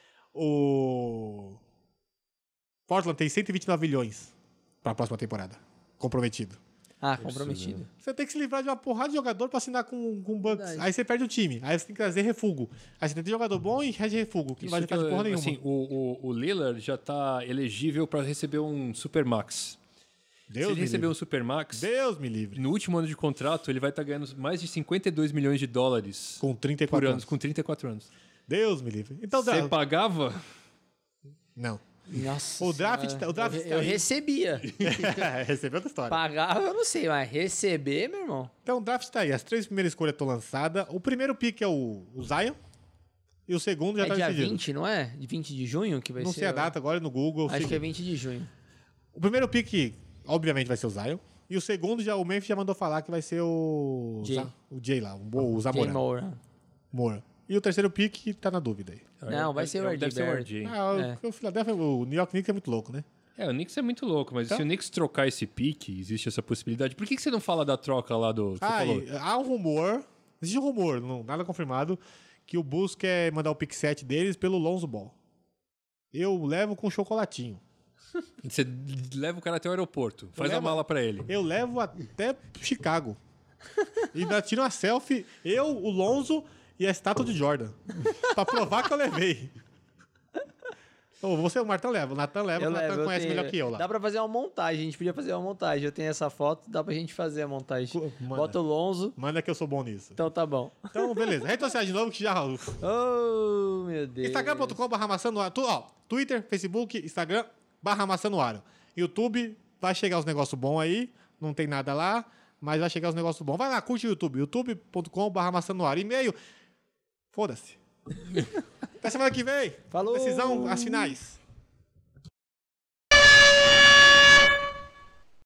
O Portland tem 129 milhões pra próxima temporada. Comprometido. Ah, comprometido. Você tem que se livrar de uma porrada de jogador pra assinar com o Bucks. Verdade. Aí você perde o time. Aí você tem que trazer refúgio. Aí você tem que ter jogador bom e de refúgio, que não vai Isso que adiantar de porra nenhuma. assim, o Lillard já tá elegível para receber um Supermax. Deus Se ele me receber um livre. Supermax, Deus me livre. no último ano de contrato, ele vai estar ganhando mais de 52 milhões de dólares Com 34 por ano, anos. com 34 anos. Deus me livre. Então, Você pagava? não. Nossa O draft senhora. tá- o draft eu, tá eu aí. recebia. Recebeu outra história. Pagava, eu não sei, mas receber, meu irmão. Então, o draft tá aí. As 3 primeiras escolhas estão lançadas. O primeiro pick é o Zion. E o segundo já É tá dia decidido. 20, não é? De 20 de junho que vai Não ser? sei a data agora no Google. Acho segui. que é 20 de junho. O primeiro pick, obviamente, vai ser o Zion. E o segundo, o Memphis já mandou falar que vai ser o... Jay. O Jay lá, o Jay Zamora. Moore. E o terceiro pick tá na dúvida aí. Não, vai ser o RJ Deve ser o Barrett. RJ. O Philadelphia, o New York Knicks é muito louco, né? O Knicks é muito louco, mas Então? se o Knicks trocar esse pique, existe essa possibilidade. Por que você não fala da troca lá do... que você falou? Há um rumor, existe um rumor, não, nada confirmado, que o Bulls quer mandar o pick 7 deles pelo Lonzo Ball. Eu levo com chocolatinho. Você leva o cara até o aeroporto, faz a levo- mala pra ele. Eu levo até Chicago. E ainda tiro uma selfie, eu, o Lonzo e a estátua de Jordan. Pra provar que eu levei. Ô, você, o Martão leva, o Natan leva, o Natan eu conhece tenho- melhor que eu lá. Dá pra fazer uma montagem, a gente podia fazer uma montagem. Eu tenho essa foto, dá pra gente fazer a montagem. Manda. Bota o Lonzo, Manda que eu sou bom nisso. então tá bom. Então, beleza. Rede social de novo que já... Oh, meu Deus. Instagram.com/maçã no ar. Twitter, Facebook, Instagram, /maçã no ar. YouTube, vai chegar os negócios bons aí. Não tem nada lá, mas vai chegar os negócios bons. Vai lá, curte o YouTube. youtube.com/maçã no ar. E-mail, foda-se. Até semana que vem. Falou. Decisão, as finais.